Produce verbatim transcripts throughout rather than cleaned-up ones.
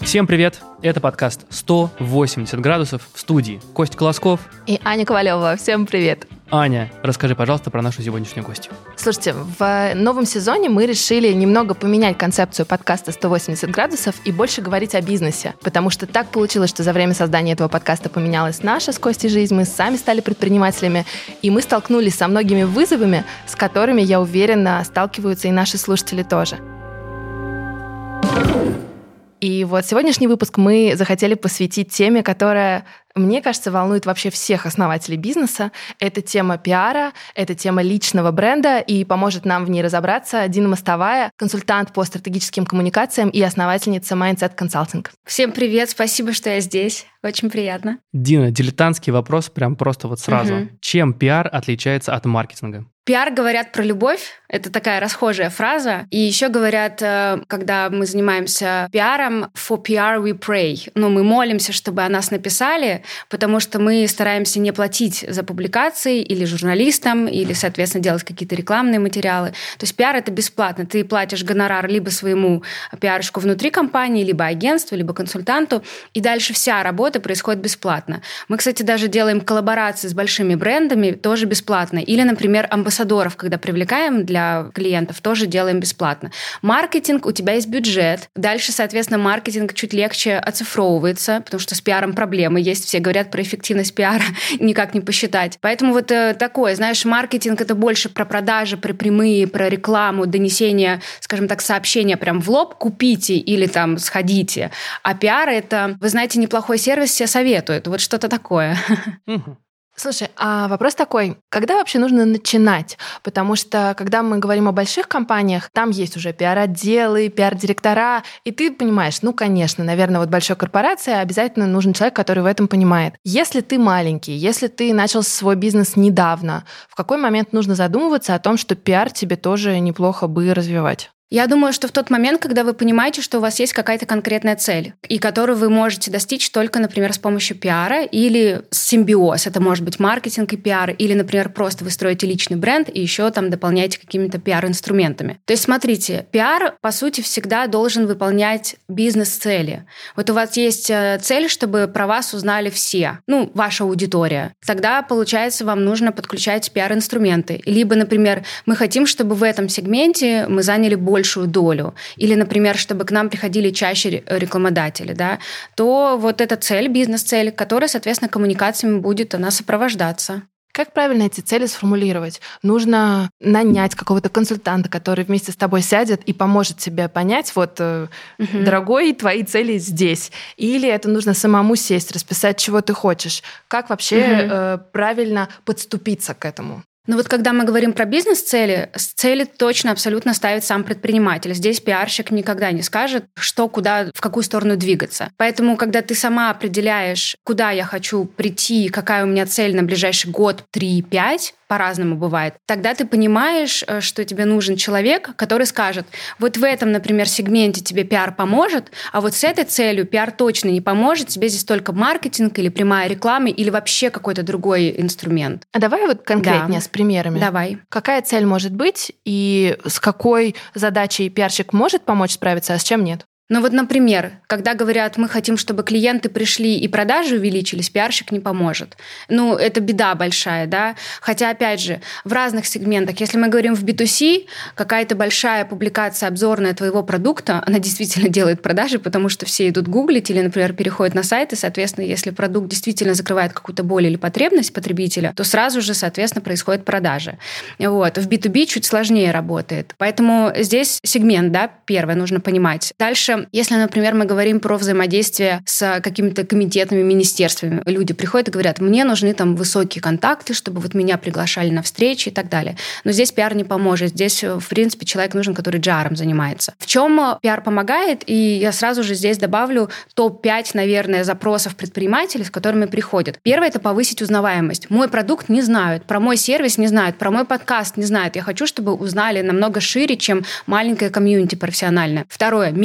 Всем привет! Это подкаст сто восемьдесят градусов в студии. Костя Колосков и Аня Ковалева. Всем привет! Аня, расскажи, пожалуйста, про нашу сегодняшнюю гостью. Слушайте, в новом сезоне мы решили немного поменять концепцию подкаста сто восемьдесят градусов и больше говорить о бизнесе, потому что так получилось, что за время создания этого подкаста поменялась наша с Костей жизнь, мы сами стали предпринимателями, и мы столкнулись со многими вызовами, с которыми, я уверена, сталкиваются и наши слушатели тоже. И вот сегодняшний выпуск мы захотели посвятить теме, которая, мне кажется, волнует вообще всех основателей бизнеса. Это тема пиара, это тема личного бренда, и поможет нам в ней разобраться Дина Мостовая, консультант по стратегическим коммуникациям и основательница Mindset Consulting. Всем привет, спасибо, что я здесь. Очень приятно. Дина, дилетантский вопрос прям просто вот сразу. Угу. Чем пиар отличается от маркетинга? Пиар говорят про любовь, это такая расхожая фраза. И еще говорят, когда мы занимаемся пиаром, for пи ар we pray. Ну, мы молимся, чтобы о нас написали, потому что мы стараемся не платить за публикации или журналистам, или, соответственно, делать какие-то рекламные материалы. То есть пиар — это бесплатно. Ты платишь гонорар либо своему пиарщику внутри компании, либо агентству, либо консультанту, и дальше вся работа происходит бесплатно. Мы, кстати, даже делаем коллаборации с большими брендами тоже бесплатно. Или, например, амбассадоров, когда привлекаем для клиентов, тоже делаем бесплатно. Маркетинг, у тебя есть бюджет. Дальше, соответственно, маркетинг чуть легче оцифровывается, потому что с пиаром проблемы есть. Все говорят про эффективность пиара, никак не посчитать. Поэтому вот э, такое, знаешь, маркетинг — это больше про продажи, про прямые, про рекламу, донесение, скажем так, сообщения прям в лоб: купите или там сходите. А пиар — это, вы знаете, неплохой сервис, все советуют. Вот что-то такое. Слушай, а вопрос такой, когда вообще нужно начинать? Потому что, когда мы говорим о больших компаниях, там есть уже пиар-отделы, пиар-директора, и ты понимаешь, ну, конечно, наверное, вот большой корпорации обязательно нужен человек, который в этом понимает. Если ты маленький, если ты начал свой бизнес недавно, в какой момент нужно задумываться о том, что пиар тебе тоже неплохо бы развивать? Я думаю, что в тот момент, когда вы понимаете, что у вас есть какая-то конкретная цель, и которую вы можете достичь только, например, с помощью пиара или симбиоз. Это может быть маркетинг и пиар, или, например, просто вы строите личный бренд и еще там дополняете какими-то пиар-инструментами. То есть, смотрите, пиар, по сути, всегда должен выполнять бизнес-цели. Вот у вас есть цель, чтобы про вас узнали все, ну, ваша аудитория. Тогда, получается, вам нужно подключать пиар-инструменты. Либо, например, мы хотим, чтобы в этом сегменте мы заняли больше большую долю, или, например, чтобы к нам приходили чаще рекламодатели, да, то вот эта цель, бизнес-цель, которая, соответственно, коммуникациями будет она сопровождаться. Как правильно эти цели сформулировать? Нужно нанять какого-то консультанта, который вместе с тобой сядет и поможет тебе понять, вот, угу. дорогой, твои цели здесь. Или это нужно самому сесть, расписать, чего ты хочешь. Как вообще угу. э, правильно подступиться к этому? Но вот когда мы говорим про бизнес-цели, цели точно абсолютно ставит сам предприниматель. Здесь пиарщик никогда не скажет, что, куда, в какую сторону двигаться. Поэтому, когда ты сама определяешь, куда я хочу прийти, какая у меня цель на ближайший год, три, пять, по-разному бывает, тогда ты понимаешь, что тебе нужен человек, который скажет, вот в этом, например, сегменте тебе пиар поможет, а вот с этой целью пиар точно не поможет, тебе здесь только маркетинг или прямая реклама или вообще какой-то другой инструмент. А давай вот конкретнее, да. с примерами. Давай. Какая цель может быть и с какой задачей пиарщик может помочь справиться, а с чем нет? Ну вот, например, когда говорят, мы хотим, чтобы клиенты пришли и продажи увеличились, пиарщик не поможет. Ну, это беда большая, да. Хотя, опять же, в разных сегментах, если мы говорим в би ту си, какая-то большая публикация обзорная твоего продукта, она действительно делает продажи, потому что все идут гуглить или, например, переходят на сайт, и, соответственно, если продукт действительно закрывает какую-то боль или потребность потребителя, то сразу же, соответственно, происходят продажи. Вот. В би ту би чуть сложнее работает. Поэтому здесь сегмент, да, первое, нужно понимать. Дальше, если, например, мы говорим про взаимодействие с какими-то комитетами, министерствами, люди приходят и говорят, мне нужны там высокие контакты, чтобы вот меня приглашали на встречи и так далее. Но здесь пиар не поможет. Здесь, в принципе, человек нужен, который джи ар-ом занимается. В чем пиар помогает? И я сразу же здесь добавлю топ пять, наверное, запросов предпринимателей, с которыми приходят. Первое — это повысить узнаваемость. Мой продукт не знают, про мой сервис не знают, про мой подкаст не знают. Я хочу, чтобы узнали намного шире, чем маленькая комьюнити профессиональная. Второе — меня не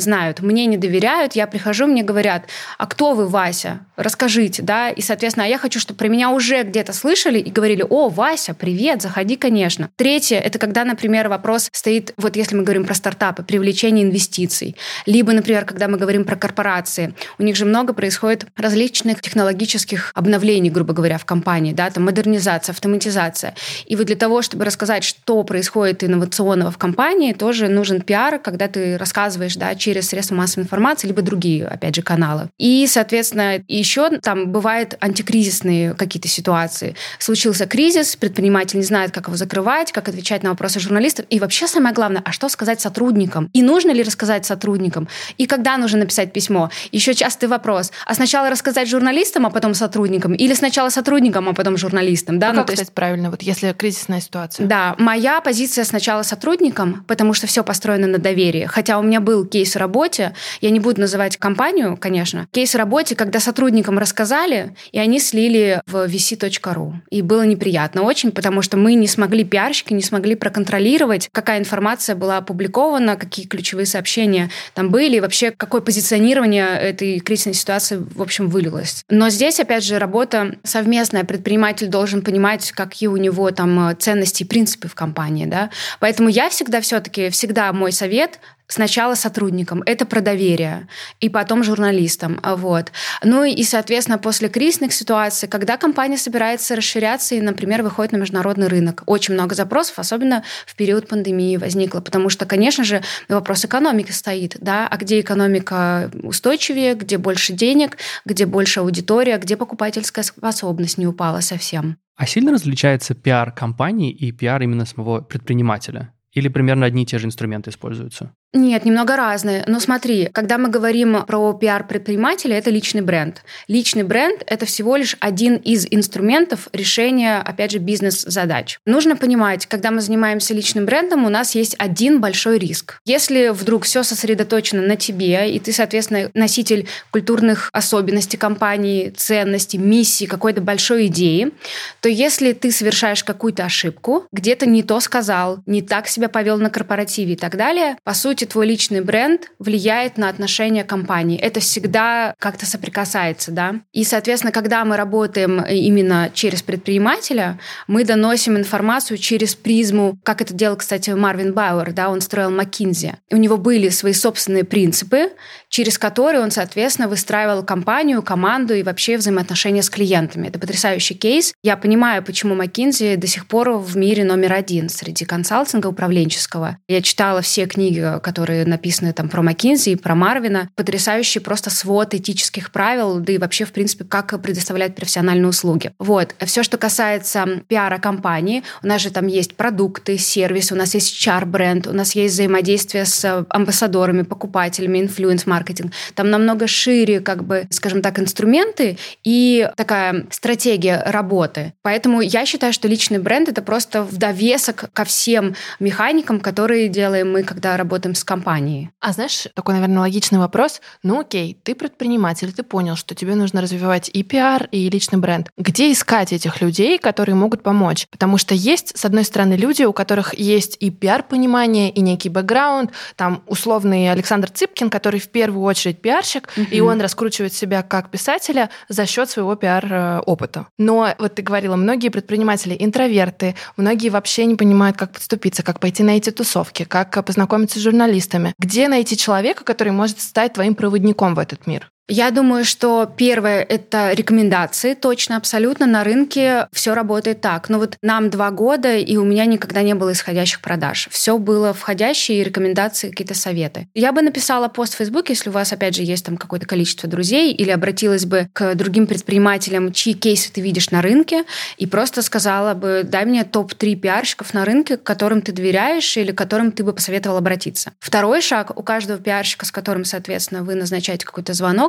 знают, мне не доверяют, я прихожу, мне говорят, а кто вы, Вася? Расскажите, да, и, соответственно, я хочу, чтобы про меня уже где-то слышали и говорили, о, Вася, привет, заходи, конечно. Третье, это когда, например, вопрос стоит, вот если мы говорим про стартапы, привлечение инвестиций, либо, например, когда мы говорим про корпорации, у них же много происходит различных технологических обновлений, грубо говоря, в компании, да, там модернизация, автоматизация. И вот для того, чтобы рассказать, что происходит инновационного в компании, тоже нужен пиар, когда ты рассказываешь, да, через средства массовой информации, либо другие, опять же, каналы. И, соответственно, еще там бывают антикризисные какие-то ситуации. Случился кризис, предприниматель не знает, как его закрывать, как отвечать на вопросы журналистов. И вообще самое главное, а что сказать сотрудникам? И нужно ли рассказать сотрудникам? И когда нужно написать письмо? Еще частый вопрос. А сначала рассказать журналистам, а потом сотрудникам? Или сначала сотрудникам, а потом журналистам? Да? А ну, как то есть... сказать правильно, вот если кризисная ситуация? Да, моя позиция сначала сотрудникам, потому что все построено на доверии. Хотя у меня был кейс в работе, я не буду называть компанию, конечно, кейс в работе, когда сотрудникам рассказали, и они слили в ви си точка ру. И было неприятно очень, потому что мы не смогли, пиарщики не смогли проконтролировать, какая информация была опубликована, какие ключевые сообщения там были, и вообще какое позиционирование этой кризисной ситуации, в общем, вылилось. Но здесь, опять же, работа совместная. Предприниматель должен понимать, какие у него там ценности и принципы в компании, да. Поэтому я всегда все-таки, всегда мой совет сначала сотрудникам, это про доверие, и потом журналистам. Вот. Ну и, соответственно, после кризисных ситуаций, когда компания собирается расширяться и, например, выходит на международный рынок, очень много запросов, особенно в период пандемии возникло, потому что, конечно же, вопрос экономики стоит, да, а где экономика устойчивее, где больше денег, где больше аудитория, где покупательская способность не упала совсем. А сильно различается пиар компании и пиар именно самого предпринимателя? Или примерно одни и те же инструменты используются? Нет, немного разные. Но смотри, когда мы говорим про пиар предпринимателя, это личный бренд. Личный бренд – это всего лишь один из инструментов решения, опять же, бизнес-задач. Нужно понимать, когда мы занимаемся личным брендом, у нас есть один большой риск. Если вдруг все сосредоточено на тебе, и ты, соответственно, носитель культурных особенностей компании, ценностей, миссии, какой-то большой идеи, то если ты совершаешь какую-то ошибку, где-то не то сказал, не так себя повел на корпоративе и так далее, по сути, твой личный бренд влияет на отношения компании. Это всегда как-то соприкасается, да. И, соответственно, когда мы работаем именно через предпринимателя, мы доносим информацию через призму, как это делал, кстати, Марвин Бауэр, да, он строил McKinsey. У него были свои собственные принципы, через которые он, соответственно, выстраивал компанию, команду и вообще взаимоотношения с клиентами. Это потрясающий кейс. Я понимаю, почему McKinsey до сих пор в мире номер один среди консалтинга управленческого. Я читала все книги, которые которые написаны там про McKinsey и про Марвина. Потрясающий просто свод этических правил, да и вообще, в принципе, как предоставлять профессиональные услуги. Вот. Все, что касается пиара компании, у нас же там есть продукты, сервисы, у нас есть эйч ар-бренд, у нас есть взаимодействие с амбассадорами, покупателями, инфлюенс-маркетинг. Там намного шире, как бы, скажем так, инструменты и такая стратегия работы. Поэтому я считаю, что личный бренд — это просто в довесок ко всем механикам, которые делаем мы, когда работаем с компанией. А знаешь, такой, наверное, логичный вопрос. Ну окей, ты предприниматель, ты понял, что тебе нужно развивать и пиар, и личный бренд. Где искать этих людей, которые могут помочь? Потому что есть, с одной стороны, люди, у которых есть и пиар-понимание, и некий бэкграунд. Там условный Александр Цыпкин, который в первую очередь пиарщик, uh-huh. и он раскручивает себя как писателя за счет своего пиар-опыта. Но вот ты говорила, многие предприниматели интроверты, многие вообще не понимают, как подступиться, как пойти на эти тусовки, как познакомиться с журналистами. Где найти человека, который может стать твоим проводником в этот мир? Я думаю, что первое — это рекомендации. Точно, абсолютно. На рынке все работает так. Но вот нам два года, и у меня никогда не было исходящих продаж. Все было входящие рекомендации, какие-то советы. Я бы написала пост в Facebook, если у вас, опять же, есть там какое-то количество друзей, или обратилась бы к другим предпринимателям, чьи кейсы ты видишь на рынке, и просто сказала бы: дай мне топ три пиарщиков на рынке, которым ты доверяешь или к которым ты бы посоветовал обратиться. Второй шаг: у каждого пиарщика, с которым, соответственно, вы назначаете какой-то звонок,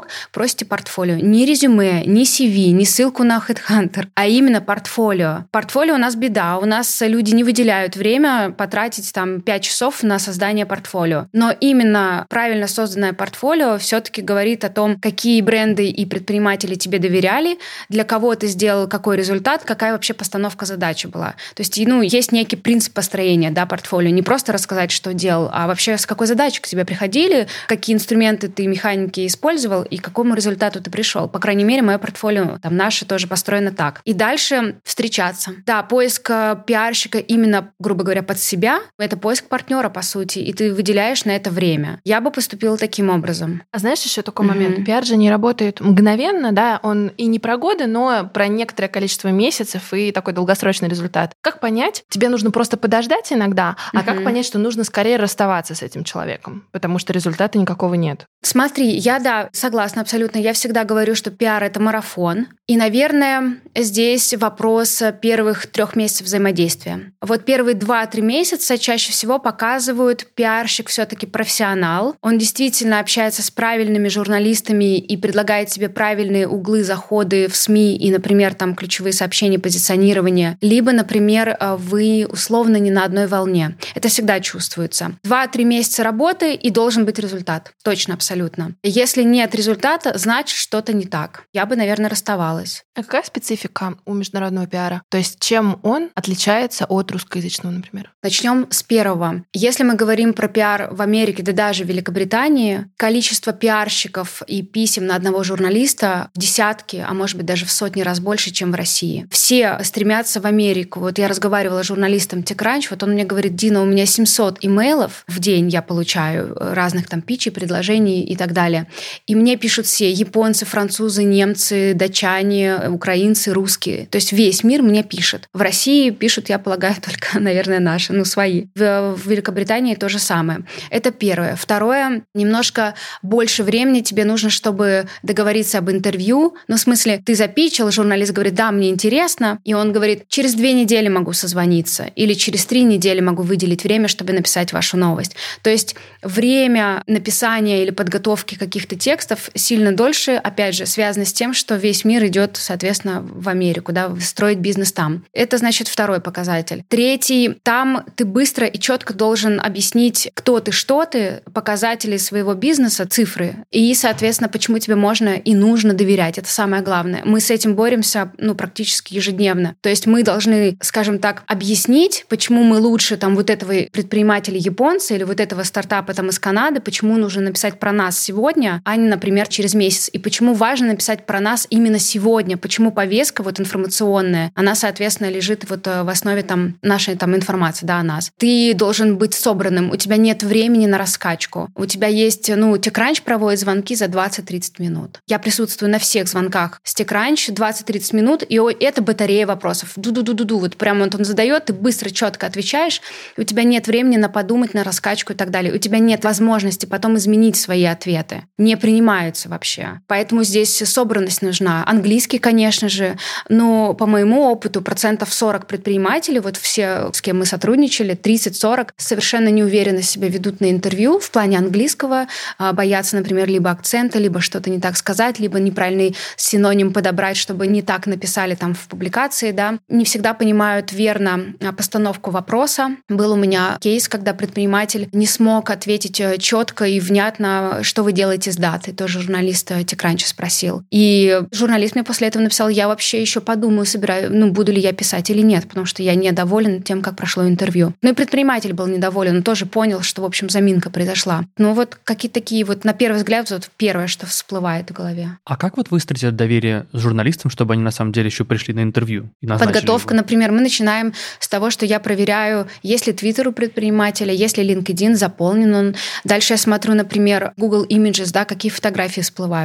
звонок, просите портфолио. Не резюме, не си ви, не ссылку на HeadHunter, а именно портфолио. Портфолио у нас беда. У нас люди не выделяют время потратить там пять часов на создание портфолио. Но именно правильно созданное портфолио все-таки говорит о том, какие бренды и предприниматели тебе доверяли, для кого ты сделал какой результат, какая вообще постановка задачи была. То есть, ну, есть некий принцип построения, да, портфолио. Не просто рассказать, что делал, а вообще с какой задачей к тебе приходили, какие инструменты ты, механики использовал и к какому результату ты пришел. По крайней мере, мое портфолио, там, наше тоже построено так. И дальше встречаться. Да, поиск пиарщика именно, грубо говоря, под себя, это поиск партнера, по сути, и ты выделяешь на это время. Я бы поступила таким образом. А знаешь, еще такой mm-hmm. момент. Пиар же не работает мгновенно, да, он и не про годы, но про некоторое количество месяцев и такой долгосрочный результат. Как понять? Тебе нужно просто подождать иногда, а mm-hmm. как понять, что нужно скорее расставаться с этим человеком, потому что результата никакого нет? Смотри, я, да, согласна абсолютно. Я всегда говорю, что пиар — это марафон. И, наверное, здесь вопрос первых трех месяцев взаимодействия. Вот первые два-три месяца чаще всего показывают, пиарщик все-таки профессионал. Он действительно общается с правильными журналистами и предлагает себе правильные углы, заходы в СМИ и, например, там ключевые сообщения, позиционирование. Либо, например, вы условно не на одной волне. Это всегда чувствуется. Два-три месяца работы, и должен быть результат. Точно, абсолютно. Если нет результата, значит, что-то не так. Я бы, наверное, расставалась. А какая специфика у международного пиара? То есть чем он отличается от русскоязычного, например? Начнем с первого. Если мы говорим про пиар в Америке, да даже в Великобритании, количество пиарщиков и писем на одного журналиста в десятки, а может быть даже в сотни раз больше, чем в России. Все стремятся в Америку. Вот я разговаривала с журналистом TechCrunch, вот он мне говорит: Дина, у меня семьсот имейлов в день я получаю, разных там питчей, предложений и так далее. И мне пишут все: японцы, французы, немцы, датчане, украинцы, русские. То есть весь мир мне пишет. В России пишут, я полагаю, только, наверное, наши, ну, свои. В, в Великобритании то же самое. Это первое. Второе, немножко больше времени тебе нужно, чтобы договориться об интервью. Ну, в смысле, ты запичил, журналист говорит: да, мне интересно. И он говорит: через две недели могу созвониться. Или через три недели могу выделить время, чтобы написать вашу новость. То есть время написания или подготовки каких-то текстов сильно дольше, опять же, связано с тем, что весь мир идет, соответственно, в Америку, да, строить бизнес там. Это, значит, второй показатель. Третий, там ты быстро и четко должен объяснить, кто ты, что ты, показатели своего бизнеса, цифры, и, соответственно, почему тебе можно и нужно доверять. Это самое главное. Мы с этим боремся, ну, практически ежедневно. То есть мы должны, скажем так, объяснить, почему мы лучше там вот этого предпринимателя японца или вот этого стартапа там из Канады, почему нужно написать про нас сегодня, а не, например, через месяц. И почему важно написать про нас именно сегодня, почему повестка вот информационная, она, соответственно, лежит вот в основе там нашей там информации, да, о нас. Ты должен быть собранным, у тебя нет времени на раскачку. У тебя есть, ну, TechCrunch проводит звонки за двадцать-тридцать минут. Я присутствую на всех звонках с TechCrunch двадцать-тридцать минут, и это батарея вопросов. Ду-ду-ду-ду-ду. Вот прямо вот он задает, ты быстро, четко отвечаешь, и у тебя нет времени на подумать, на раскачку и так далее. У тебя нет возможности потом изменить свои ответы. Не принимаются вообще. Поэтому здесь собранность нужна. Английский, конечно же, но по моему опыту процентов сорок предпринимателей, вот все, с кем мы сотрудничали, тридцать-сорок, совершенно неуверенно себя ведут на интервью в плане английского, боятся, например, либо акцента, либо что-то не так сказать, либо неправильный синоним подобрать, чтобы не так написали там в публикации, да. Не всегда понимают верно постановку вопроса. Был у меня кейс, когда предприниматель не смог ответить четко и внятно, что вы делаете с датой. Тоже журналист TechCrunch спросил. И журналист мне после этого написал: я вообще еще подумаю, собираю, ну, буду ли я писать или нет, потому что я недоволен тем, как прошло интервью. Ну и предприниматель был недоволен, он тоже понял, что, в общем, заминка произошла. Ну вот какие-то такие вот, на первый взгляд, вот первое, что всплывает в голове. А как вот выстроить это доверие с журналистом, чтобы они на самом деле еще пришли на интервью? И Подготовка, его? Например, мы начинаем с того, что я проверяю, есть ли Twitter у предпринимателя, есть ли LinkedIn, заполнен он. Дальше я смотрю, например, Google Images, да, какие фотографии всплывают.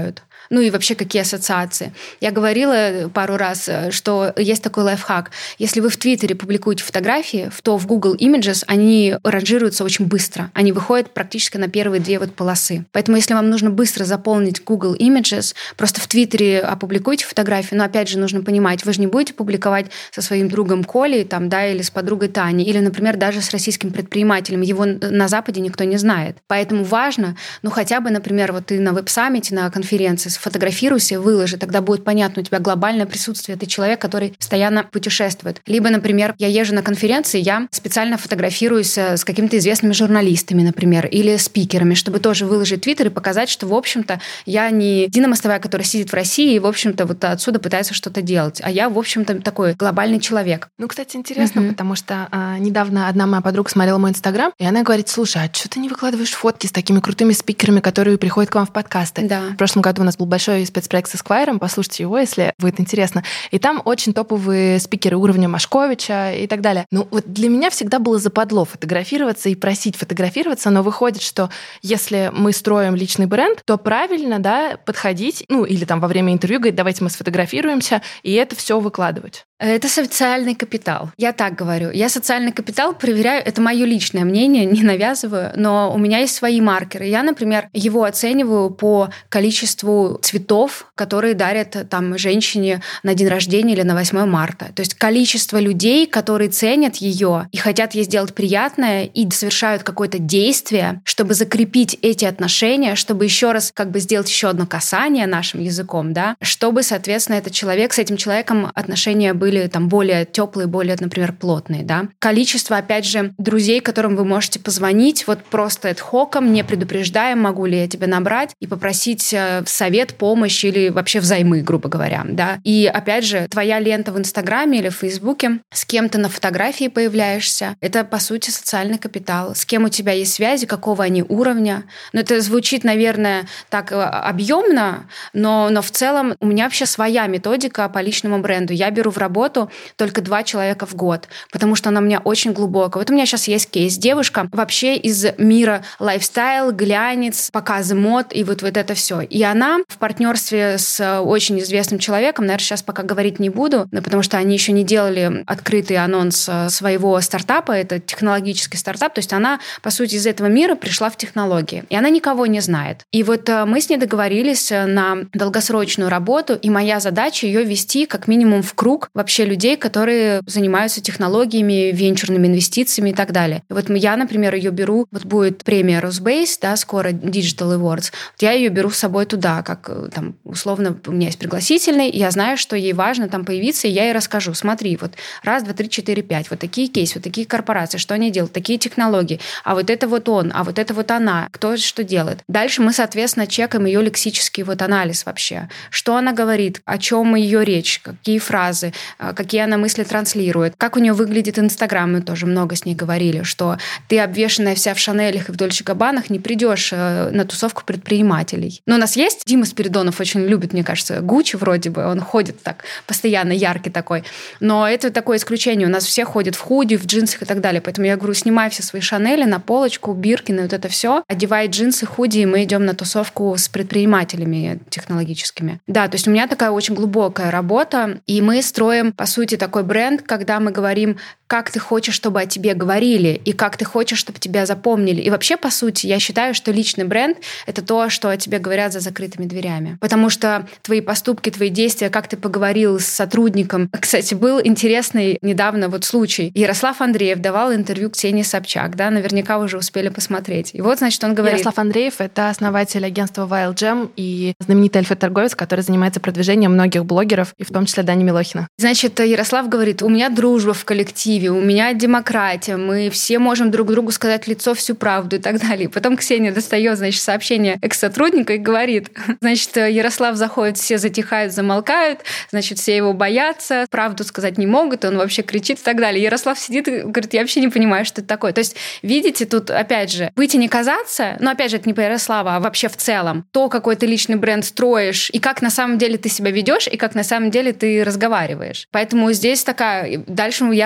ну и вообще какие ассоциации. Я говорила пару раз, что есть такой лайфхак. Если вы в Твиттере публикуете фотографии, то в Google Images они ранжируются очень быстро. Они выходят практически на первые две вот полосы. Поэтому если вам нужно быстро заполнить Google Images, просто в Твиттере опубликуйте фотографию, но опять же нужно понимать, вы же не будете публиковать со своим другом Колей там, да, или с подругой Таней, или, например, даже с российским предпринимателем. Его на Западе никто не знает. Поэтому важно, ну хотя бы, например, вот ты на веб-саммите, на конференции сфотографируйся, выложи, тогда будет понятно, у тебя глобальное присутствие, ты человек, который постоянно путешествует. Либо, например, я езжу на конференции, я специально фотографируюсь с какими-то известными журналистами, например, или спикерами, чтобы тоже выложить в Твиттер и показать, что, в общем-то, я не Дина Мостовая, которая сидит в России и, в общем-то, вот отсюда пытается что-то делать, а я, в общем-то, такой глобальный человек. Ну, кстати, интересно, uh-huh. потому что а, недавно одна моя подруга смотрела мой Инстаграм, и она говорит: слушай, а что ты не выкладываешь фотки с такими крутыми спикерами, которые приходят к вам в подкасты? Да. В прошлом году у нас был большой спецпроект с Esquire, послушайте его, если будет интересно. И там очень топовые спикеры уровня Машковича и так далее. Ну, вот для меня всегда было западло фотографироваться и просить фотографироваться, но выходит, что если мы строим личный бренд, то правильно, да, подходить, ну, или там во время интервью говорить: давайте мы сфотографируемся, и это все выкладывать. Это социальный капитал. Я так говорю. Я социальный капитал проверяю. Это мое личное мнение, не навязываю, но у меня есть свои маркеры. Я, например, его оцениваю по количеству цветов, которые дарят там женщине на день рождения или на восьмое марта. То есть количество людей, которые ценят ее и хотят ей сделать приятное и совершают какое-то действие, чтобы закрепить эти отношения, чтобы еще раз как бы сделать еще одно касание нашим языком, да, чтобы, соответственно, этот человек, с этим человеком отношения были были там более теплые, более, например, плотные, да. Количество, опять же, друзей, которым вы можете позвонить, вот просто эдхоком, не предупреждая, могу ли я тебя набрать и попросить совет, помощь или вообще взаймы, грубо говоря, да. И, опять же, твоя лента в Инстаграме или в Фейсбуке, с кем ты на фотографии появляешься, это, по сути, социальный капитал. С кем у тебя есть связи, какого они уровня. Но это звучит, наверное, так объемно, но, но в целом у меня вообще своя методика по личному бренду. Я беру в работу только два человека в год, потому что она у меня очень глубокая. Вот у меня сейчас есть кейс. Девушка вообще из мира лайфстайл, глянец, показы мод и вот, вот это все. И она в партнерстве с очень известным человеком, наверное, сейчас пока говорить не буду, потому что они еще не делали открытый анонс своего стартапа, это технологический стартап, то есть она, по сути, из этого мира пришла в технологии, и она никого не знает. И вот мы с ней договорились на долгосрочную работу, и моя задача ее вести как минимум в круг вообще людей, которые занимаются технологиями, венчурными инвестициями и так далее. И вот я, например, ее беру, вот будет премия Rosbase, да, скоро Digital Awards, вот я ее беру с собой туда, как там, условно, у меня есть пригласительный, и я знаю, что ей важно там появиться, и я ей расскажу: смотри, вот раз, два, три, четыре, пять, вот такие кейсы, вот такие корпорации, что они делают, такие технологии, а вот это вот он, а вот это вот она, кто что делает. Дальше мы, соответственно, чекаем ее лексический вот анализ вообще, что она говорит, о чем ее речь, какие фразы, какие она мысли транслирует, как у нее выглядит Инстаграм. Мы тоже много с ней говорили, что ты, обвешанная вся в Шанелях и в Дольче Габбанах, не придешь на тусовку предпринимателей. Но у нас есть Дима Спиридонов, очень любит, мне кажется, Гуччи вроде бы, он ходит так постоянно, яркий такой. Но это такое исключение. У нас все ходят в худи, в джинсах и так далее. Поэтому я говорю: снимай все свои Шанели на полочку, Биркины, вот это все, одевай джинсы, худи, и мы идем на тусовку с предпринимателями технологическими. Да, то есть у меня такая очень глубокая работа, и мы строим, по сути, такой бренд, когда мы говорим, как ты хочешь, чтобы о тебе говорили, и как ты хочешь, чтобы тебя запомнили. И вообще, по сути, я считаю, что личный бренд — это то, что о тебе говорят за закрытыми дверями. Потому что твои поступки, твои действия, как ты поговорил с сотрудником. Кстати, был интересный недавно вот случай. Ярослав Андреев давал интервью Ксении Собчак, да, наверняка уже успели посмотреть. И вот, значит, он говорит... Ярослав Андреев — это основатель агентства Wild Gem и знаменитый альфа-торговец, который занимается продвижением многих блогеров, и в том числе Дани Милохина. Значит, Ярослав говорит: у меня дружба в коллективе, у меня демократия, мы все можем друг другу сказать в лицо всю правду и так далее. Потом Ксения достает, значит, сообщение экс-сотрудника и говорит, значит, Ярослав заходит, все затихают, замолкают, значит, все его боятся, правду сказать не могут, он вообще кричит и так далее. Ярослав сидит и говорит: я вообще не понимаю, что это такое. То есть, видите, тут, опять же, быть и не казаться, но, опять же, это не по Ярославу, а вообще в целом, то, какой ты личный бренд строишь, и как на самом деле ты себя ведешь, и как на самом деле ты разговариваешь. Поэтому здесь такая... Дальше я работаю с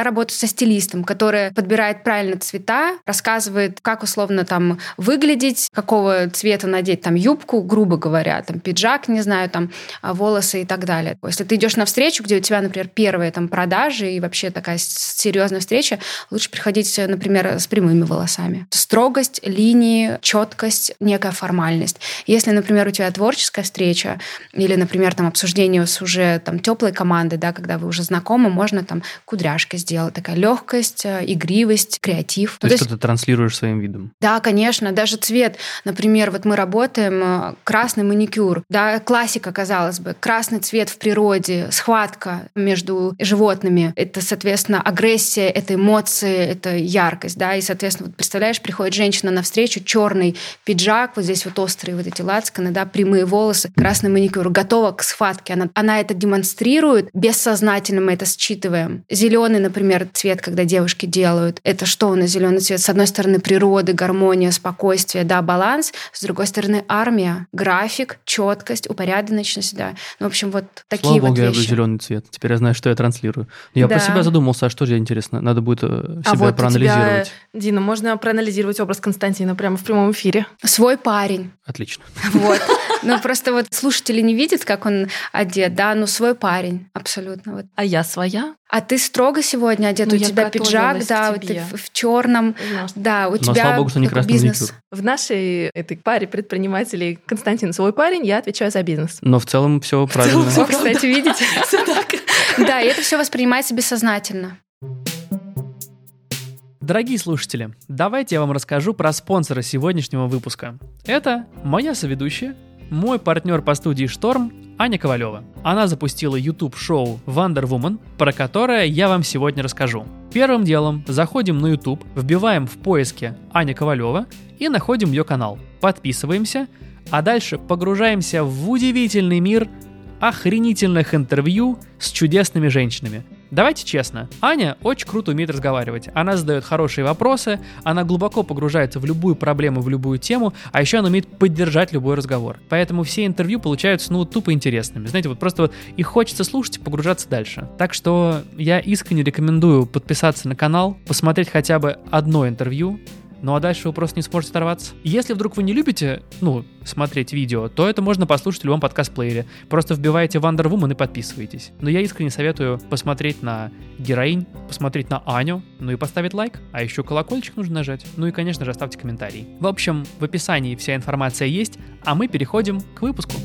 со стилистом, который подбирает правильно цвета, рассказывает, как условно там выглядеть, какого цвета надеть там юбку, грубо говоря, там пиджак, не знаю, там волосы и так далее. Если ты идешь на встречу, где у тебя, например, первые там продажи и вообще такая серьезная встреча, лучше приходить, например, с прямыми волосами. Строгость, линии, четкость, некая формальность. Если, например, у тебя творческая встреча или, например, там обсуждение с уже там теплой командой, да, когда вы уже знакомы, можно там кудряшки сделать, такая легкость, игривость, креатив. То, ну, есть, то есть что ты транслируешь своим видом? Да, конечно, даже цвет. Например, вот мы работаем, красный маникюр, да, классика, казалось бы, красный цвет в природе, схватка между животными, это, соответственно, агрессия, это эмоции, это яркость, да, и, соответственно, вот представляешь, приходит женщина навстречу, черный пиджак, вот здесь вот острые вот эти лацканы, да, прямые волосы, красный маникюр, готова к схватке, она, она это демонстрирует, бессознательно мы это считываем. Зеленый, например, цвет, когда девушки делают, это что у нас зеленый цвет? С одной стороны, природы, гармония, спокойствие, да, баланс, с другой стороны, армия, график, четкость, упорядоченность, да. Ну, в общем, вот такие Слава вот Богу, вещи. Я люблю зеленый цвет. Теперь я знаю, что я транслирую. Я Да. про себя задумался, а что же интересно? Надо будет себя а вот проанализировать. У тебя, Дина, можно проанализировать образ Константина прямо в прямом эфире. Свой парень. Отлично. Вот. Ну, просто вот слушатели не видят, как он одет, да, ну, свой парень, абсолютно. Вот. А я своя? А ты строго сегодня одет, Ну, у я тебя пиджак, готовилась да, к вот ты тебе. в, в черном, да, у Но, тебя слава богу, что не такой красный бизнес. маникюр. В нашей этой паре предпринимателей Константин свой парень, я отвечаю за бизнес. Но в целом все правильно. О, кстати, видите? Да, и это все воспринимается бессознательно. Дорогие слушатели, давайте я вам расскажу про спонсора сегодняшнего выпуска. Это моя соведущая, мой партнер по студии «Шторм» Аня Ковалева. Она запустила YouTube-шоу Wonder Woman, про которое я вам сегодня расскажу. Первым делом заходим на YouTube, вбиваем в поиске Аня Ковалева и находим ее канал. Подписываемся, а дальше погружаемся в удивительный мир охренительных интервью с чудесными женщинами. Давайте честно, Аня очень круто умеет разговаривать. Она задает хорошие вопросы, она глубоко погружается в любую проблему, в любую тему, а еще она умеет поддержать любой разговор. Поэтому все интервью получаются, ну, тупо интересными. Знаете, вот просто вот их хочется слушать и погружаться дальше. Так что я искренне рекомендую подписаться на канал, посмотреть хотя бы одно интервью, ну а дальше вы просто не сможете оторваться. Если вдруг вы не любите, ну, смотреть видео, то это можно послушать в любом подкаст-плеере. Просто вбиваете Wonder Woman и подписывайтесь. Но я искренне советую посмотреть на героинь, посмотреть на Аню, ну и поставить лайк. А еще колокольчик нужно нажать. Ну и, конечно же, оставьте комментарий. В общем, в описании вся информация есть, а мы переходим к выпуску.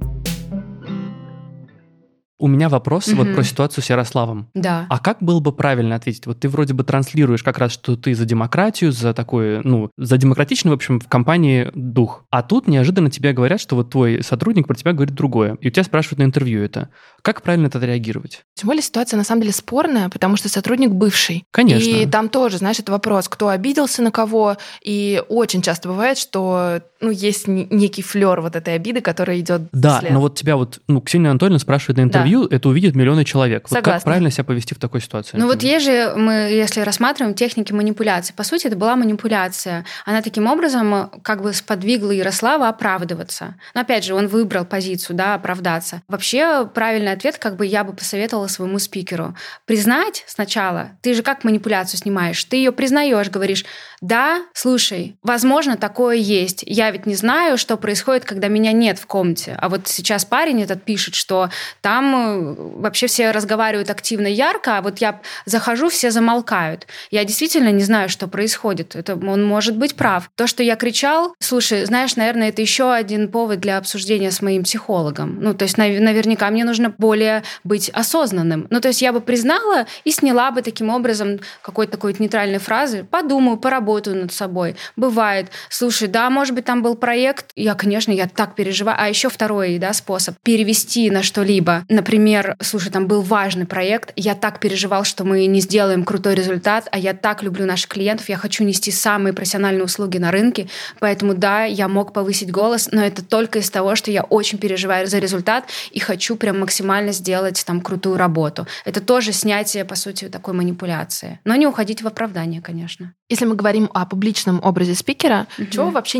У меня вопрос Мгм. вот про ситуацию с Ярославом. Да. А как было бы правильно ответить? Вот ты вроде бы транслируешь как раз, что ты за демократию, за такой, ну, за демократичный, в общем, в компании дух. А тут неожиданно тебе говорят, что вот твой сотрудник про тебя говорит другое. И у тебя спрашивают на интервью это. Как правильно тогда реагировать? Тем более ситуация на самом деле спорная, потому что сотрудник бывший. Конечно. И там тоже, знаешь, это вопрос, кто обиделся на кого. И очень часто бывает, что ну, есть н- некий флер вот этой обиды, которая идет Да, вслед. но вот тебя вот, ну, Ксения Анатольевна спрашивает на интервью, это увидят миллионы человек. Вот как Согласна. правильно себя повести в такой ситуации? Ну вот например? есть же, мы, если рассматриваем техники манипуляции, по сути, это была манипуляция. Она таким образом как бы сподвигла Ярослава оправдываться. Но опять же, он выбрал позицию, да, оправдаться. Вообще, правильный ответ, как бы я бы посоветовала своему спикеру. Признать сначала, ты же как манипуляцию снимаешь? Ты ее признаешь, говоришь, да, слушай, возможно, такое есть. Я ведь не знаю, что происходит, когда меня нет в комнате. А вот сейчас парень этот пишет, что там вообще все разговаривают активно, ярко, а вот я захожу, все замолкают. Я действительно не знаю, что происходит. Это он может быть прав. То, что я кричал, слушай, знаешь, наверное, это еще один повод для обсуждения с моим психологом. Ну, то есть нав- наверняка мне нужно более быть осознанным. Ну, то есть я бы признала и сняла бы таким образом какой-то такой вот нейтральной фразы. Подумаю, поработаю над собой. Бывает. Слушай, да, может быть, там был проект. Я, конечно, я так переживаю. А еще второй, да, способ перевести на что-либо. Например, слушай, там был важный проект. Я так переживал, что мы не сделаем крутой результат, а я так люблю наших клиентов. Я хочу нести самые профессиональные услуги на рынке. Поэтому, да, я мог повысить голос, но это только из того, что я очень переживаю за результат и хочу прям максимально сделать там крутую работу. Это тоже снятие, по сути, такой манипуляции. Но не уходить в оправдание, конечно. Если мы говорим о публичном образе спикера, Мгм. чего вообще нельзя